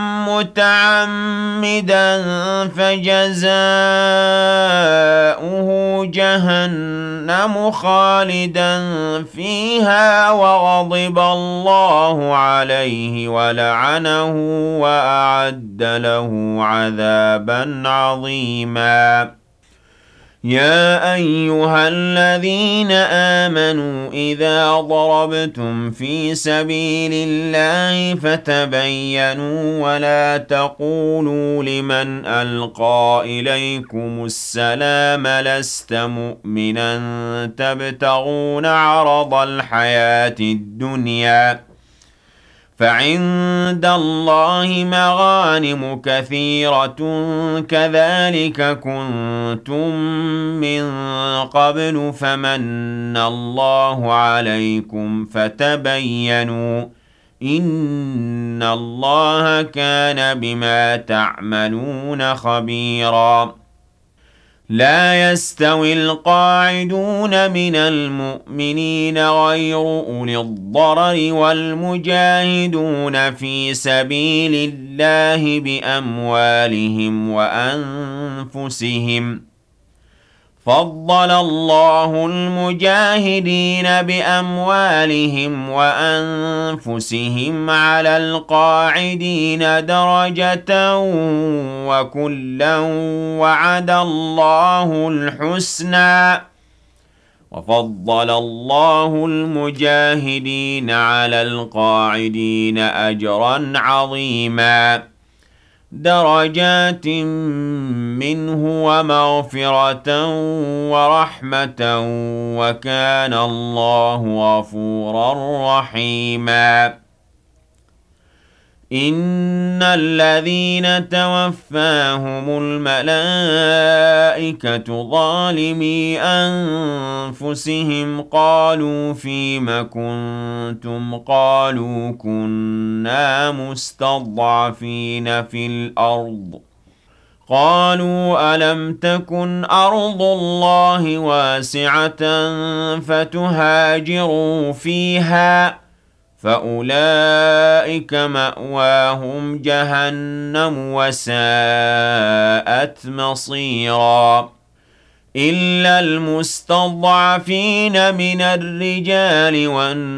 متعمدا فجزاؤه جهنم خالدا فيها وغضب الله عليه ولعنه وأعد له عذابا عظيما. يا أيها الذين آمنوا إذا ضربتم في سبيل الله فتبينوا ولا تقولوا لمن ألقى إليكم السلام لست مؤمنا تبتغون عرض الحياة الدنيا، فعند الله مغانم كثيرة كذلك كنتم من قبل فمن الله عليكم فتبينوا إن الله كان بما تعملون خبيرا. لا يستوي القاعدون من المؤمنين غير أولي الضرر والمجاهدون في سبيل الله بأموالهم وأنفسهم. فضل الله المجاهدين بأموالهم وأنفسهم على القاعدين درجة وكلا وعد الله الحسنى. وفضل الله المجاهدين على القاعدين أجرا عظيما، درجات منه ومغفرة ورحمة وكان الله غفورا رحيما. إن الذين توفاهم الملائكة ظالمي أنفسهم قالوا فيم كنتم قالوا كنا مستضعفين في الأرض قالوا ألم تكن أرض الله واسعة فتهاجروا فيها فأولئك مأواهم جهنم وساءت مصيرا. إلا المستضعفين من الرجال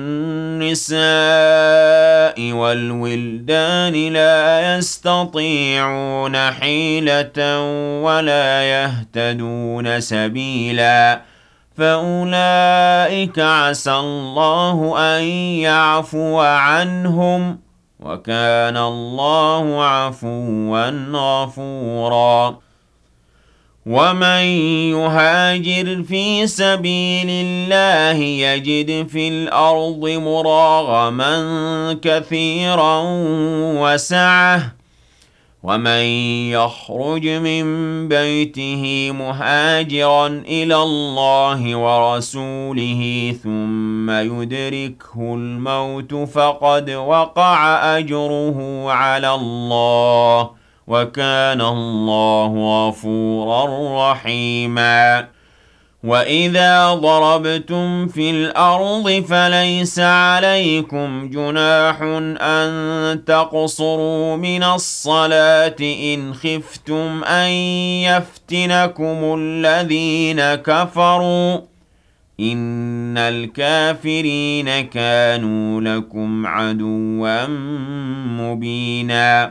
والنساء والولدان لا يستطيعون حيلة ولا يهتدون سبيلا فأولئك عسى الله أن يعفو عنهم وكان الله عفوا غفورا. ومن يهاجر في سبيل الله يجد في الأرض مراغما كثيرا وسعة ومن يخرج من بيته مهاجرا إلى الله ورسوله ثم يدركه الموت فقد وقع أجره على الله وكان الله غفورا رحيما. وَإِذَا ضَرَبْتُمْ فِي الْأَرْضِ فَلَيْسَ عَلَيْكُمْ جُنَاحٌ أَن تَقْصُرُوا مِنَ الصَّلَاةِ إِنْ خِفْتُمْ أَن يَفْتِنَكُمُ الَّذِينَ كَفَرُوا ۚ إِنَّ الْكَافِرِينَ كَانُوا لَكُمْ عَدُوًّا مُّبِينًا.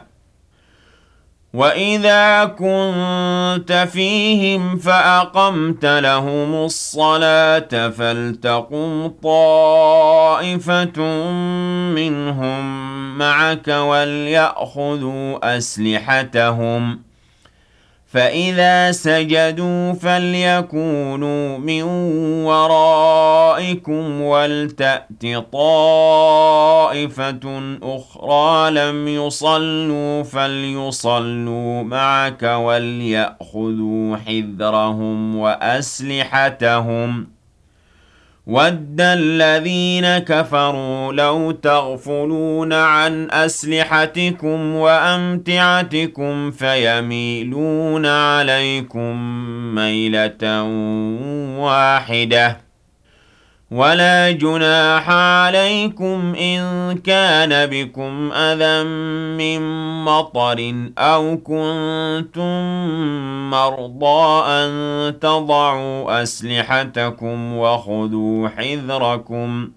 وَإِذَا كُنتَ فِيهِمْ فَأَقَمْتَ لَهُمُ الصَّلَاةَ فَلْتَقُمْ طَائِفَةٌ مِّنْهُم مَّعَكَ وَلْيَأْخُذُوا أَسْلِحَتَهُمْ ۖ فَإِذَا سَجَدُوا فَلْيَكُونُوا مِن وَرَائِكُمْ وَلْتَأْتِ طَائِفَةٌ أُخْرَىٰ لَمْ يُصَلُّوا فَلْيُصَلُّوا مَعَكَ وَلْيَأْخُذُوا حِذْرَهُمْ وَأَسْلِحَتَهُمْ ۗ وَدَّ الَّذِينَ كَفَرُوا لَوْ تَغْفُلُونَ عَنْ أَسْلِحَتِكُمْ وَأَمْتِعَتِكُمْ فَيَمِيلُونَ عَلَيْكُم مَّيْلَةً وَاحِدَةً ۚ وَلَا جُنَاحَ عَلَيْكُمْ إِن كَانَ بِكُمْ أَذًى مِّن مَّطَرٍ أَوْ كُنتُم مَّرْضَىٰ أَن تَضَعُوا أَسْلِحَتَكُمْ وَخُذُوا حِذْرَكُمْ ۗ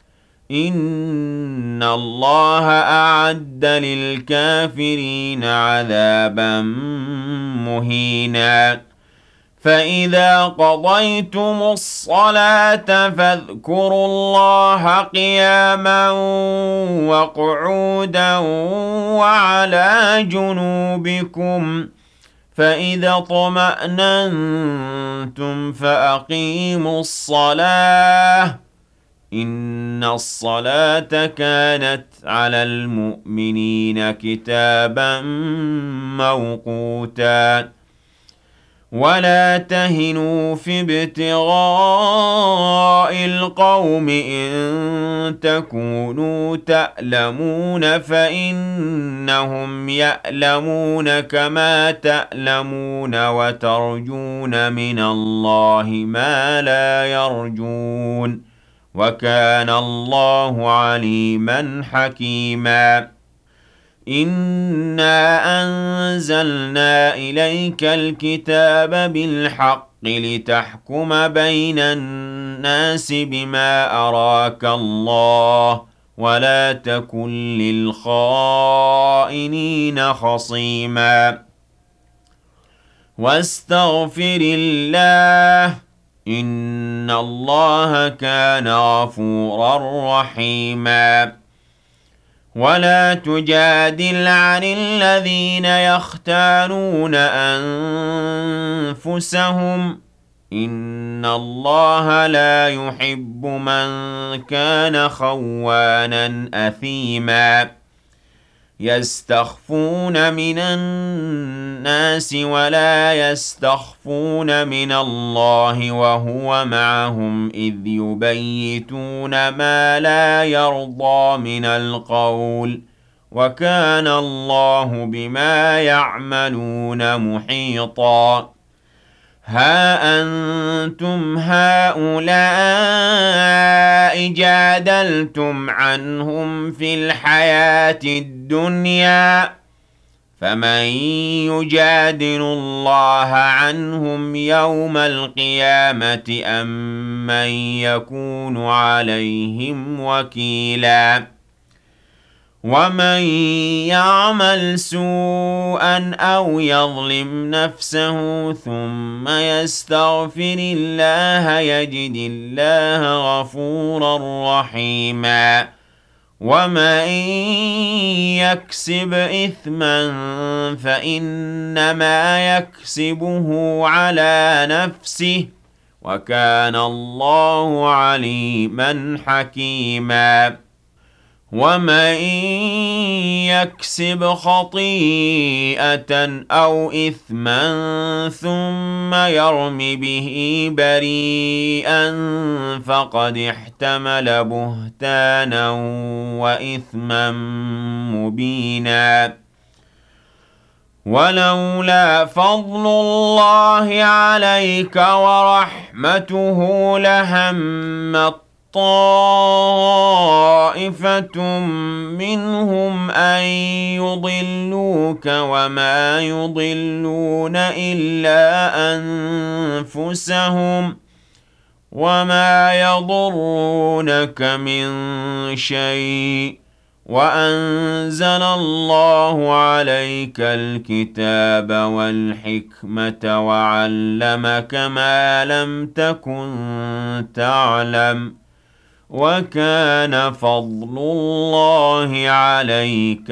إِنَّ اللَّهَ أَعَدَّ لِلْكَافِرِينَ عَذَابًا مُّهِينًا. فَإِذَا قَضَيْتُمُ الصَّلَاةَ فَاذْكُرُوا اللَّهَ قِيَامًا وَقُعُودًا وَعَلَىٰ جُنُوبِكُمْ ۚ فَإِذَا اطْمَأْنَنتُمْ فَأَقِيمُوا الصَّلَاةَ ۚ إِنَّ الصَّلَاةَ كَانَتْ عَلَى الْمُؤْمِنِينَ كِتَابًا مَّوْقُوتًا. وَلَا تَهِنُوا فِي ابْتِغَاءِ الْقَوْمِ إِن تَكُونُوا تَأْلَمُونَ فَإِنَّهُمْ يَأْلَمُونَ كَمَا تَأْلَمُونَ وَتَرْجُونَ مِنَ اللَّهِ مَا لَا يَرْجُونَ ۗ وَكَانَ اللَّهُ عَلِيمًا حَكِيمًا. إِنَّا أَنزَلْنَا إِلَيْكَ الْكِتَابَ بِالْحَقِّ لِتَحْكُمَ بَيْنَ النَّاسِ بِمَا أَرَاكَ اللَّهُ ۚ وَلَا تَكُن لِّلْخَائِنِينَ خَصِيمًا. وَاسْتَغْفِرِ اللَّهَ ۖ إِنَّ اللَّهَ كَانَ غَفُورًا رَّحِيمًا. وَلَا تُجَادِلْ عَنِ الَّذِينَ يَخْتَانُونَ أَنفُسَهُمْ ۚ إِنَّ اللَّهَ لَا يُحِبُّ مَن كَانَ خَوَّانًا أَثِيمًا. يَسْتَخْفُونَ مِنَ النَّاسِ وَلَا يَسْتَخْفُونَ مِنَ اللَّهِ وَهُوَ مَعَهُمْ إِذْ يُبَيِّتُونَ مَا لَا يَرْضَىٰ مِنَ الْقَوْلِ ۚ وَكَانَ اللَّهُ بِمَا يَعْمَلُونَ مُحِيطًا. هَا أَنتُمْ هَٰؤُلَاءِ جَادَلْتُمْ عَنْهُمْ فِي الْحَيَاةِ الدُّنْيَا، فَمَن يُجَادِلُ اللَّهَ عَنْهُمْ يَوْمَ الْقِيَامَةِ أَم مَّن يَكُونُ عَلَيْهِمْ وَكِيلًا؟ وَمَن يَعْمَلْ سُوءًا أَوْ يَظْلِمْ نَفْسَهُ ثُمَّ يَسْتَغْفِرِ اللَّهَ يَجِدِ اللَّهَ غَفُورًا رَّحِيمًا. وَمَن يَكْسِبْ إِثْمًا فَإِنَّمَا يَكْسِبُهُ عَلَىٰ نَفْسِهِ ۚ وَكَانَ اللَّهُ عَلِيمًا حَكِيمًا. وَمَن يَكْسِبْ خَطِيئَةً أَوْ إِثْمًا ثُمَّ يَرْمِ بِهِ بَرِيئًا فَقَدِ احْتَمَلَ بُهْتَانًا وَإِثْمًا مُّبِينًا. ولولا فضل الله عليك ورحمته لهم طائفة منهم أن يضلوك وما يضلون إلا أنفسهم وما يضرونك من شيء وأنزل الله عليك الكتاب والحكمة وعلمك ما لم تكن تعلم وكان فضل الله عليك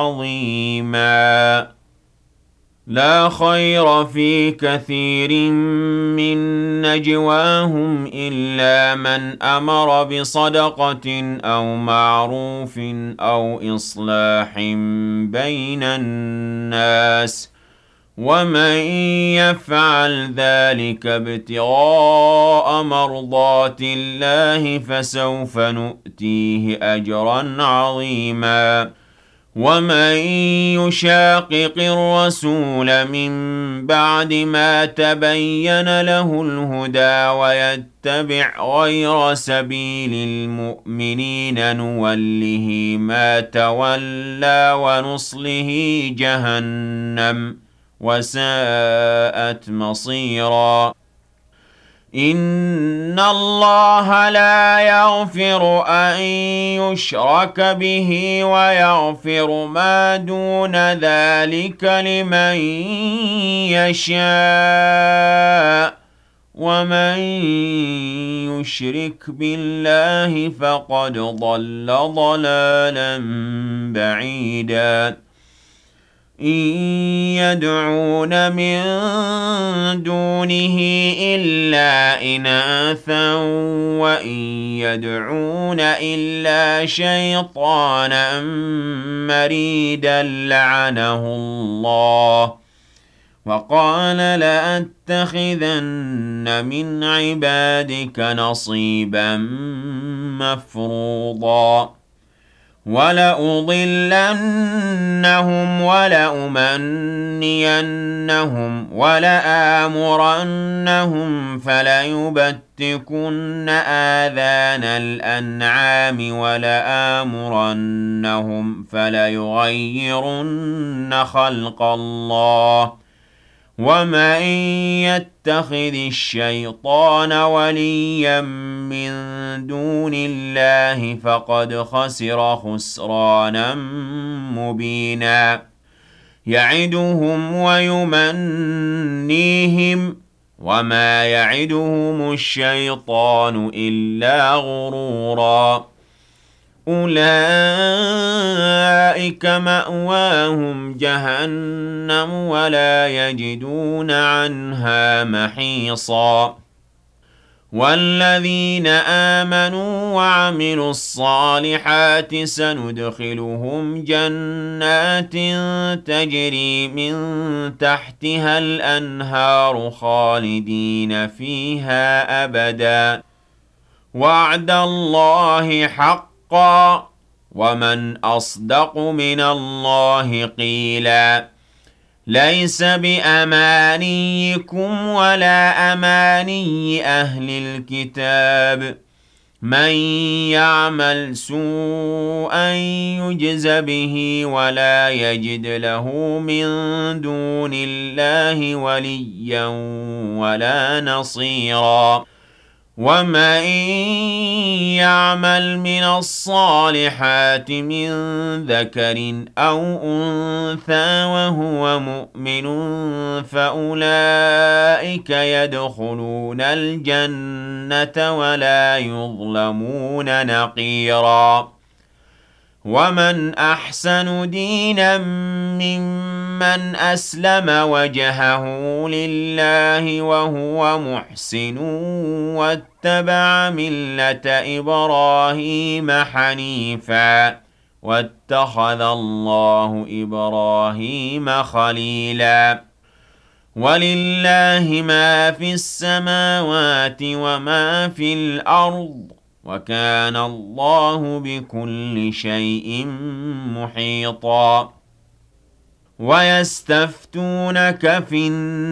عظيما لا خير في كثير من نجواهم إلا من أمر بصدقة أو معروف أو إصلاح بين الناس ومن يفعل ذلك ابتغاء مرضات الله فسوف نؤتيه أجرا عظيما ومن يشاقق الرسول من بعد ما تبين له الهدى ويتبع غير سبيل المؤمنين نوله ما تولى ونصله جهنم وساءت مصيرا إن الله لا يغفر أن يشرك به ويغفر ما دون ذلك لمن يشاء ومن يشرك بالله فقد ضل ضلالا بعيدا إن يدعون من دونه إلا إناثا وإن يدعون إلا شيطانا مريدا لعنه الله وقال لأتخذن من عبادك نصيبا مفروضا ولأضلنهم ولأمنينهم ولآمرنهم فليبتكن آذان الأنعام ولآمرنهم فليغيرن خلق الله ومن يتخذ الشيطان وليا من دون الله فقد خسر خسرانا مبينا يعدهم ويمنيهم وما يعدهم الشيطان إلا غرورا أولئك مأواهم جهنم ولا يجدون عنها محيصا والذين آمنوا وعملوا الصالحات سندخلهم جنات تجري من تحتها الأنهار خالدين فيها أبدا وعد الله حق ومن أصدق من الله قيلا ليس بأمانيكم ولا أماني أهل الكتاب من يعمل سوءا يجز به ولا يجد له من دون الله وليا ولا نصيرا ومن يعمل من الصالحات من ذكر أو أنثى وهو مؤمن فأولئك يدخلون الجنة ولا يظلمون نقيرا ومن أحسن دينا ممن أسلم وجهه لله وهو محسن واتبع ملة إبراهيم حنيفا واتخذ الله إبراهيم خليلا ولله ما في السماوات وما في الأرض وكان الله بكل شيء محيطا ويستفتونك في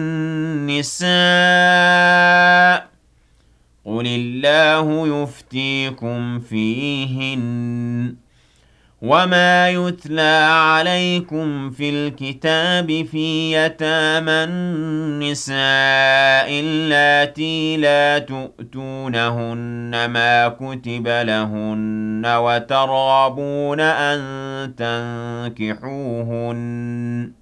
النساء قل الله يفتيكم فيهن وما يتلى عليكم في الكتاب في يتامى النساء اللاتي لا تؤتونهن ما كتب لهن وترغبون أن تنكحوهن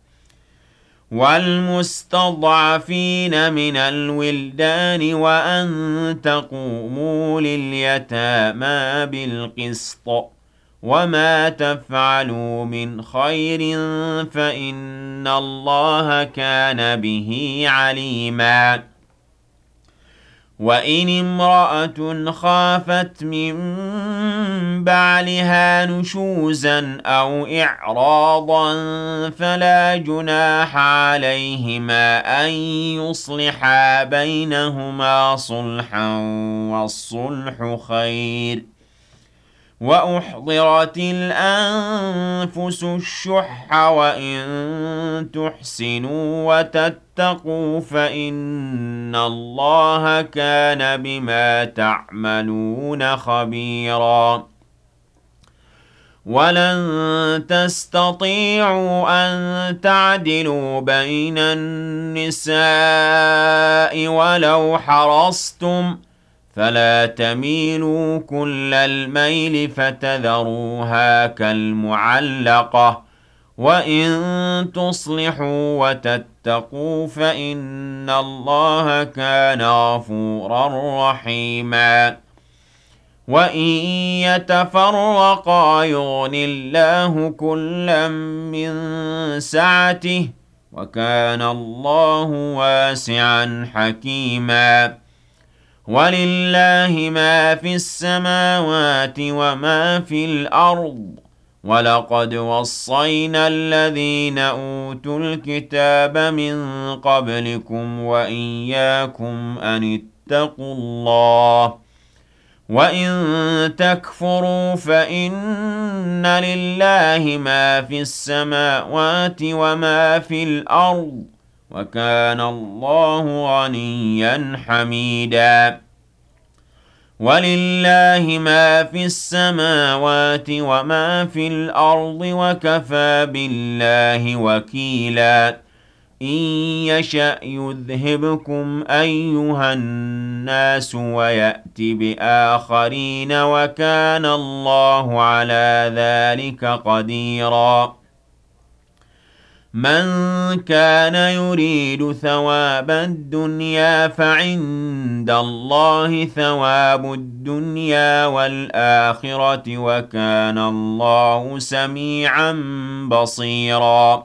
والمستضعفين من الولدان وأن تقوموا لليتامى بالقسط وما تفعلوا من خير فإن الله كان به عليما وإن امرأة خافت من بعلها نشوزا أو إعراضا فلا جناح عليهما أن يصلحا بينهما صلحا والصلح خير وأحضرت الأنفس الشح وإن تحسنوا وتتقوا فإن الله كان بما تعملون خبيرا ولن تستطيعوا أن تعدلوا بين النساء ولو حرصتم فلا تميلوا كل الميل فتذروها كالمعلقة وإن تصلحوا وتتقوا فإن الله كان غفورا رحيما وإن يتفرقا يغن الله كلا من سعته وكان الله واسعا حكيما ولله ما في السماوات وما في الأرض ولقد وصينا الذين أوتوا الكتاب من قبلكم وإياكم أن اتقوا الله وإن تكفروا فإن لله ما في السماوات وما في الأرض وكان الله غنيا حميدا ولله ما في السماوات وما في الأرض وكفى بالله وكيلا إن يشأ يذهبكم أيها الناس ويأت بآخرين وكان الله على ذلك قديرا من كان يريد ثواب الدنيا فعند الله ثواب الدنيا والآخرة وكان الله سميعا بصيرا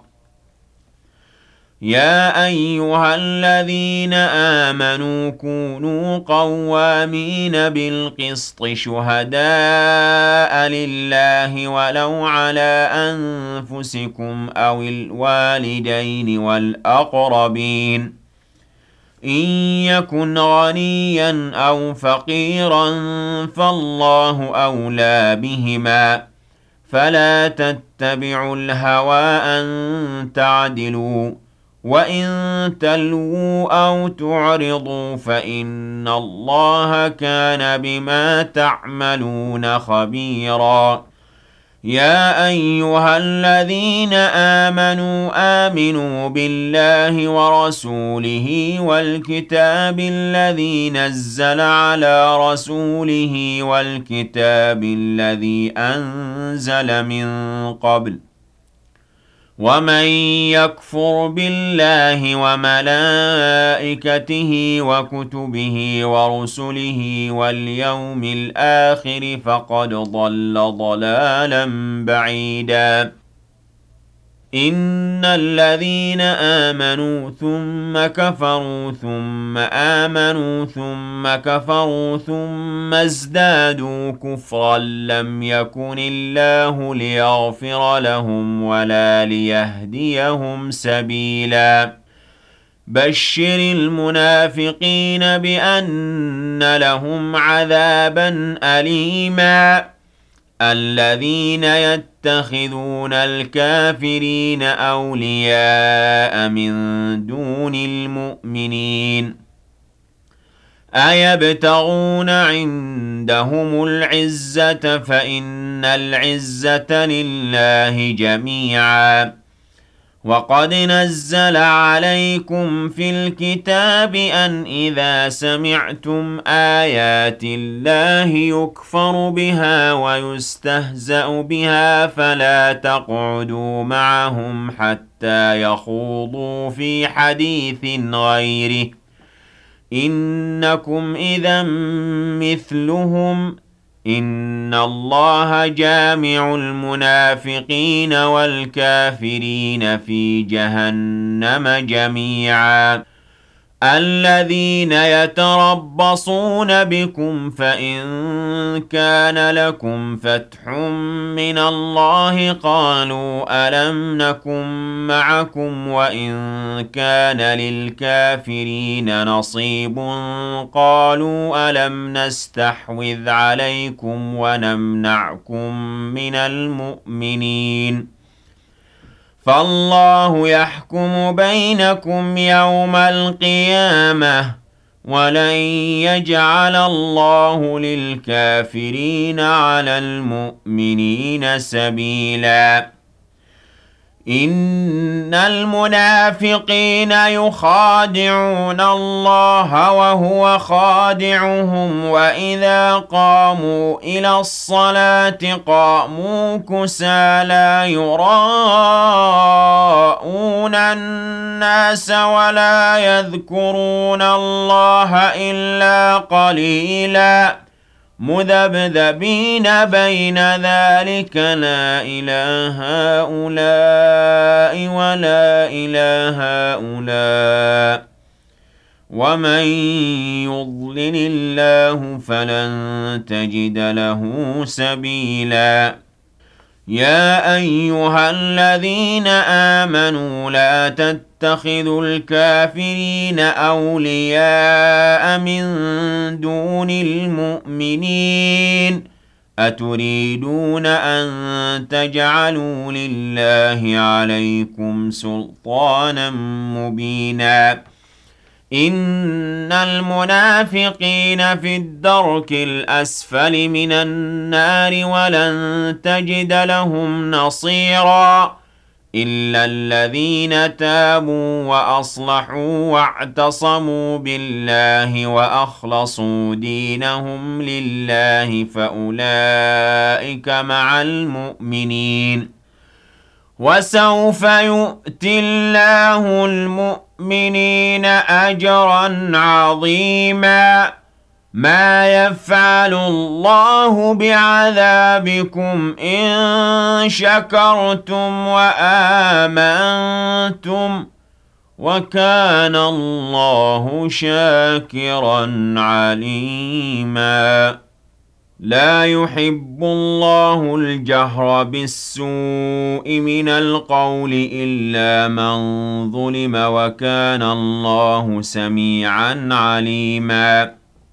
يا أيها الذين آمنوا كونوا قوامين بالقسط شهداء لله ولو على أنفسكم أو الوالدين والأقربين إن يكن غنيا أو فقيرا فالله أولى بهما فلا تتبعوا الهوى أن تعدلوا وإن تلووا أو تعرضوا فإن الله كان بما تعملون خبيرا يا أيها الذين آمنوا بالله ورسوله والكتاب الذي نزل على رسوله والكتاب الذي أنزل من قبل ومن يكفر بالله وملائكته وكتبه ورسله واليوم الآخر فقد ضل ضلالا بعيدا إن الذين آمنوا ثم كفروا ثم آمنوا ثم كفروا ثم ازدادوا كفرا لم يكن الله ليغفر لهم ولا ليهديهم سبيلا بشر المنافقين بأن لهم عذابا أليما الذين يتخذون الكافرين أولياء من دون المؤمنين أيبتغون عندهم العزة فإن العزة لله جميعا وقد نزل عليكم في الكتاب أن إذا سمعتم آيات الله يكفر بها ويستهزأ بها فلا تقعدوا معهم حتى يخوضوا في حديث غيره إنكم إذا مثلهم إن الله جامع المنافقين والكافرين في جهنم جميعا الذين يتربصون بكم فإن كان لكم فتح من الله قالوا ألم نكن معكم وإن كان للكافرين نصيب قالوا ألم نستحوذ عليكم ونمنعكم من المؤمنين فالله يحكم بينكم يوم القيامة ولن يجعل الله للكافرين على المؤمنين سبيلا إن المنافقين يخادعون الله وهو خادعهم وإذا قاموا إلى الصلاة قاموا كسالى يراءون الناس ولا يذكرون الله إلا قليلاً مذبذبين بين ذلك لا إلى هؤلاء ولا إلى هؤلاء ومن يضلل الله فلن تجد له سبيلا يا أيها الذين آمنوا لا تتخذوا الكافرين أولياء من دون المؤمنين أتريدون أن تجعلوا لله عليكم سلطانا مبينا إن المنافقين في الدرك الأسفل من النار ولن تجد لهم نصيرا إلا الذين تابوا وأصلحوا واعتصموا بالله وأخلصوا دينهم لله فأولئك مع المؤمنين وسوف يؤتي الله المؤمنين أجرا عظيما ما يفعل الله بعذابكم إن شكرتم وآمنتم وكان الله شاكرا عليما لا يحب الله الجهر بالسوء من القول إلا من ظلم وكان الله سميعا عليما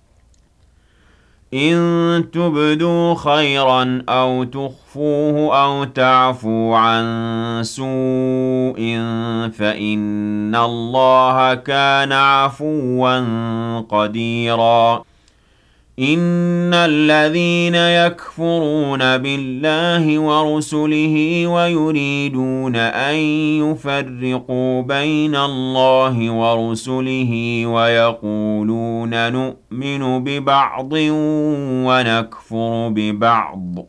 إن تبدوا خيرا أو تخفوه أو تعفوا عن سوء فإن الله كان عفوا قديرا إن الذين يكفرون بالله ورسله ويريدون أن يفرقوا بين الله ورسله ويقولون نؤمن ببعض ونكفر ببعض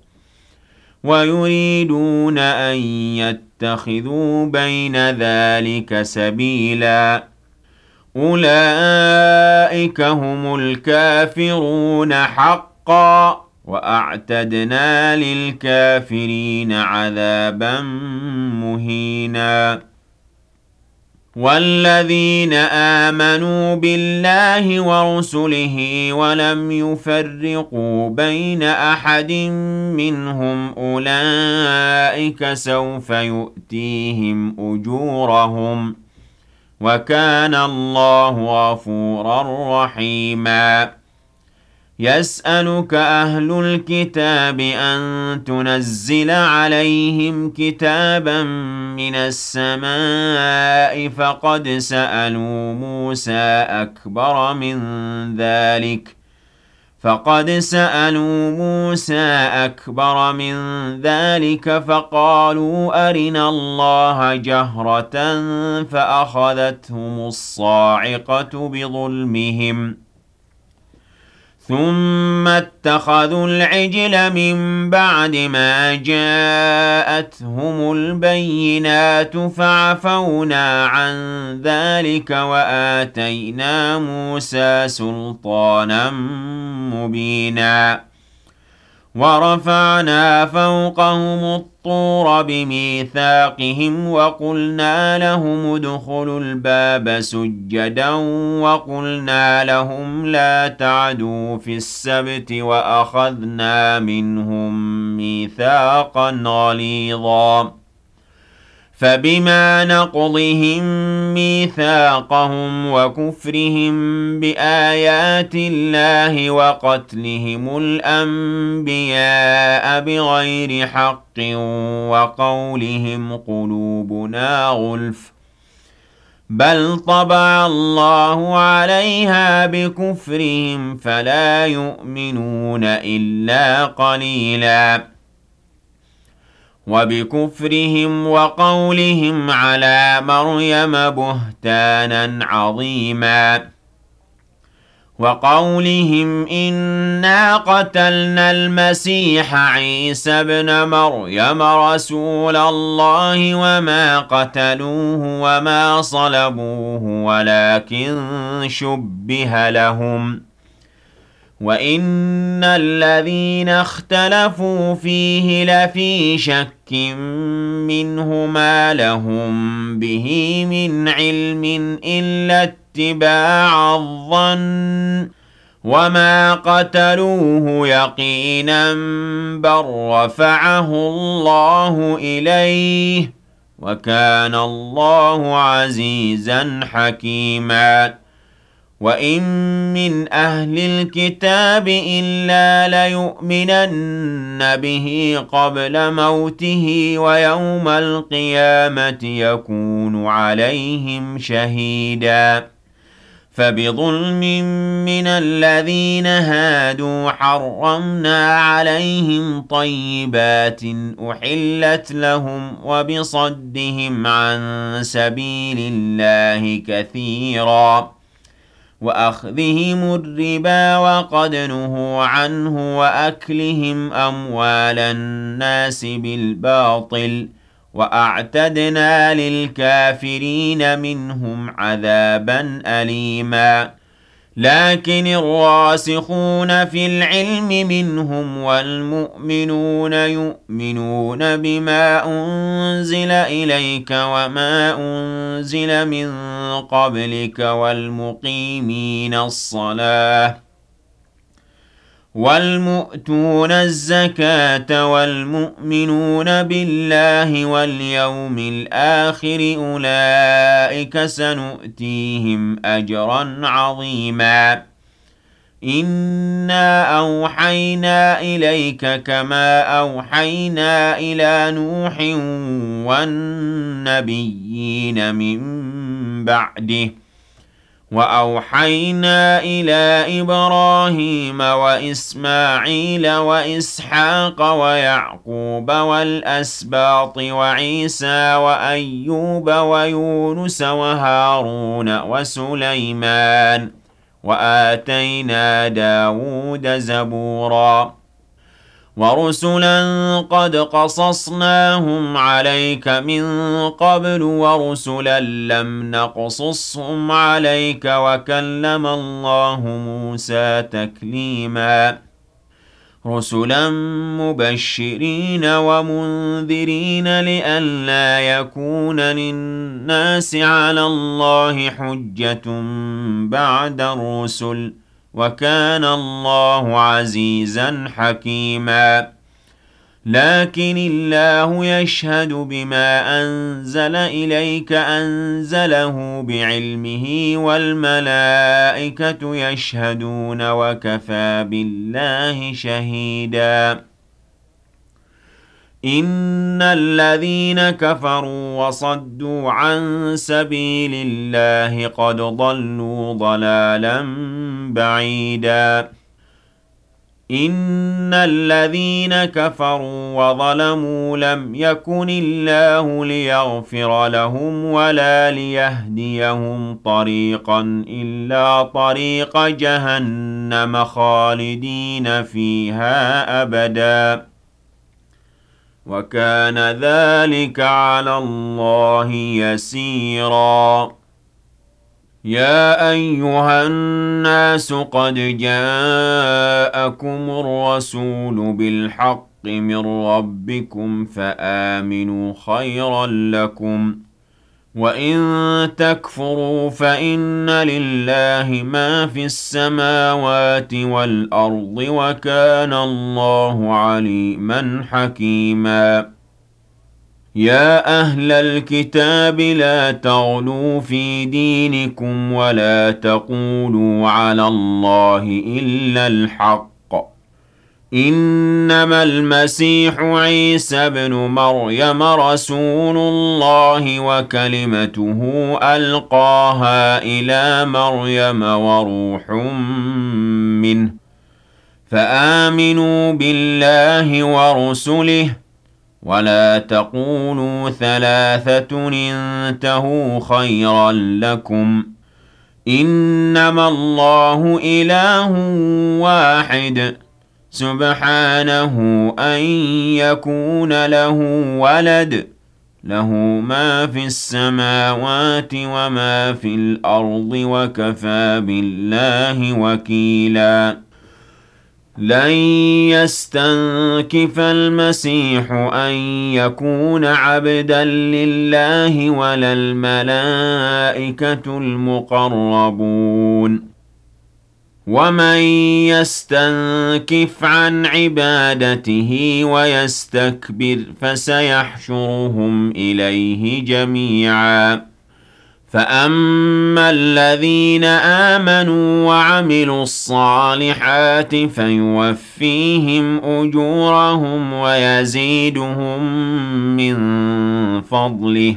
ويريدون أن يتخذوا بين ذلك سبيلا أولئك هم الكافرون حقا وأعتدنا للكافرين عذابا مهينا والذين آمنوا بالله ورسله ولم يفرقوا بين أحد منهم أولئك سوف يؤتيهم أجورهم وكان الله غفورا رحيما يسألك أهل الكتاب أن تنزل عليهم كتابا من السماء فقد سألوا موسى أكبر من ذلك فقالوا أرنا الله جهرة فأخذتهم الصاعقة بظلمهم ثم اتخذوا العجل من بعد ما جاءتهم البينات فعفونا عن ذلك وآتينا موسى سلطانا مبينا ورفعنا فوقهم الطور بميثاقهم وقلنا لهم ادخلوا الباب سجدا وقلنا لهم لا تعدوا في السبت وأخذنا منهم ميثاقا غليظا فبما نقضهم ميثاقهم وكفرهم بآيات الله وقتلهم الأنبياء بغير حق وقولهم قلوبنا غلف بل طبع الله عليها بكفرهم فلا يؤمنون إلا قليلاً وبكفرهم وقولهم على مريم بهتانا عظيما وقولهم إنا قتلنا المسيح عيسى ابن مريم رسول الله وما قتلوه وما صلبوه ولكن شبه لهم وإن الذين اختلفوا فيه لفي شك منه ما لهم به من علم إلا اتباع الظن وما قتلوه يقينا بل رفعه الله إليه وكان الله عزيزا حكيما وإن من أهل الكتاب إلا ليؤمنن به قبل موته ويوم القيامة يكون عليهم شهيدا فبظلم من الذين هادوا حرمنا عليهم طيبات أحلت لهم وبصدهم عن سبيل الله كثيرا وأخذهم الربا وقد نهوا عنه وأكلهم أموال الناس بالباطل وأعتدنا للكافرين منهم عذابا أليما لكن الراسخون في العلم منهم والمؤمنون يؤمنون بما أنزل إليك وما أنزل من قبلك والمؤتون الزكاة والمؤمنون بالله واليوم الآخر أولئك سنؤتيهم أجرا عظيما إنا أوحينا إليك كما أوحينا إلى نوح والنبيين من بعده وأوحينا إلى إبراهيم وإسماعيل وإسحاق ويعقوب والأسباط وعيسى وأيوب ويونس وهارون وسليمان وآتينا داود زبورا ورسلا قد قصصناهم عليك من قبل ورسلا لم نقصصهم عليك وكلم الله موسى تكليما رسلا مبشرين ومنذرين لئلا يكون للناس على الله حجة بعد الرسل وكان الله عزيزا حكيما لكن الله يشهد بما أنزل إليك أنزله بعلمه والملائكة يشهدون وكفى بالله شهيدا إن الذين كفروا وصدوا عن سبيل الله قد ضلوا ضلالا بعيدا إن الذين كفروا وظلموا لم يكن الله ليغفر لهم ولا ليهديهم طريقا إلا طريق جهنم خالدين فيها أبدا وكان ذلك على الله يسيرا يا أيها الناس قد جاءكم الرسول بالحق من ربكم فآمنوا خيرا لكم وإن تكفروا فإن لله ما في السماوات والأرض وكان الله عليما حكيما يا أهل الكتاب لا تغلوا في دينكم ولا تقولوا على الله إلا الحق إنما المسيح عيسى بن مريم رسول الله وكلمته ألقاها إلى مريم وروح منه فآمنوا بالله ورسله ولا تقولوا ثلاثة انتهوا خيرا لكم إنما الله إله واحد سبحانه أن يكون له ولد له ما في السماوات وما في الأرض وكفى بالله وكيلا لن يستنكف المسيح أن يكون عبدا لله ولا الملائكة المقربون ومن يستنكف عن عبادته ويستكبر فسيحشرهم إليه جميعا فأما الذين آمنوا وعملوا الصالحات فيوفيهم أجورهم ويزيدهم من فضله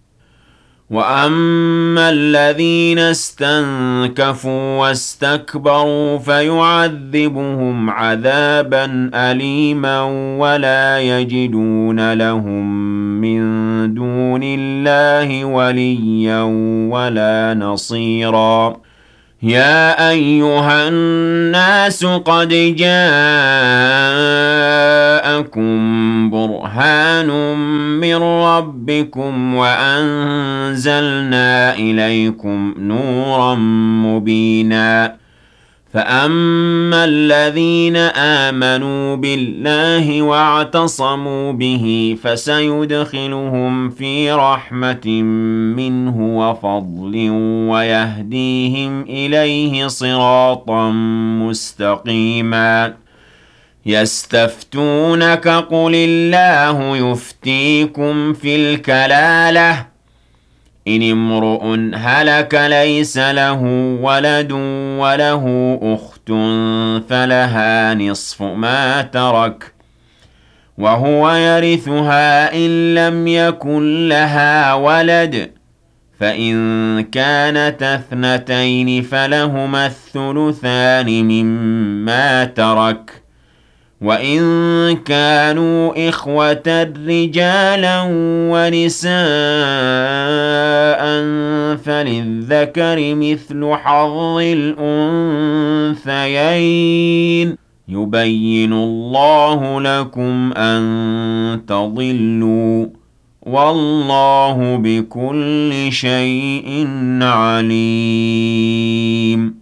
وأما الذين استنكفوا واستكبروا فيعذبهم عذابا أليما ولا يجدون لهم من دون الله وليا ولا نصيرا يا أيها الناس قد جاءكم برهان من ربكم وأنزلنا إليكم نورا مبينا فأما الذين آمنوا بالله واعتصموا به فسيدخلهم في رحمة منه وفضل ويهديهم إليه صراطا مستقيما يستفتونك قل الله يفتيكم في الكلالة إن امرؤ هلك ليس له ولد وله أخت فلها نصف ما ترك وهو يرثها إن لم يكن لها ولد فإن كانت اثنتين فلهما الثلثان مما ترك وإن كانوا إخوة رجالا ونساء فللذكر مثل حظ الأنثيين يبين الله لكم أن تضلوا والله بكل شيء عليم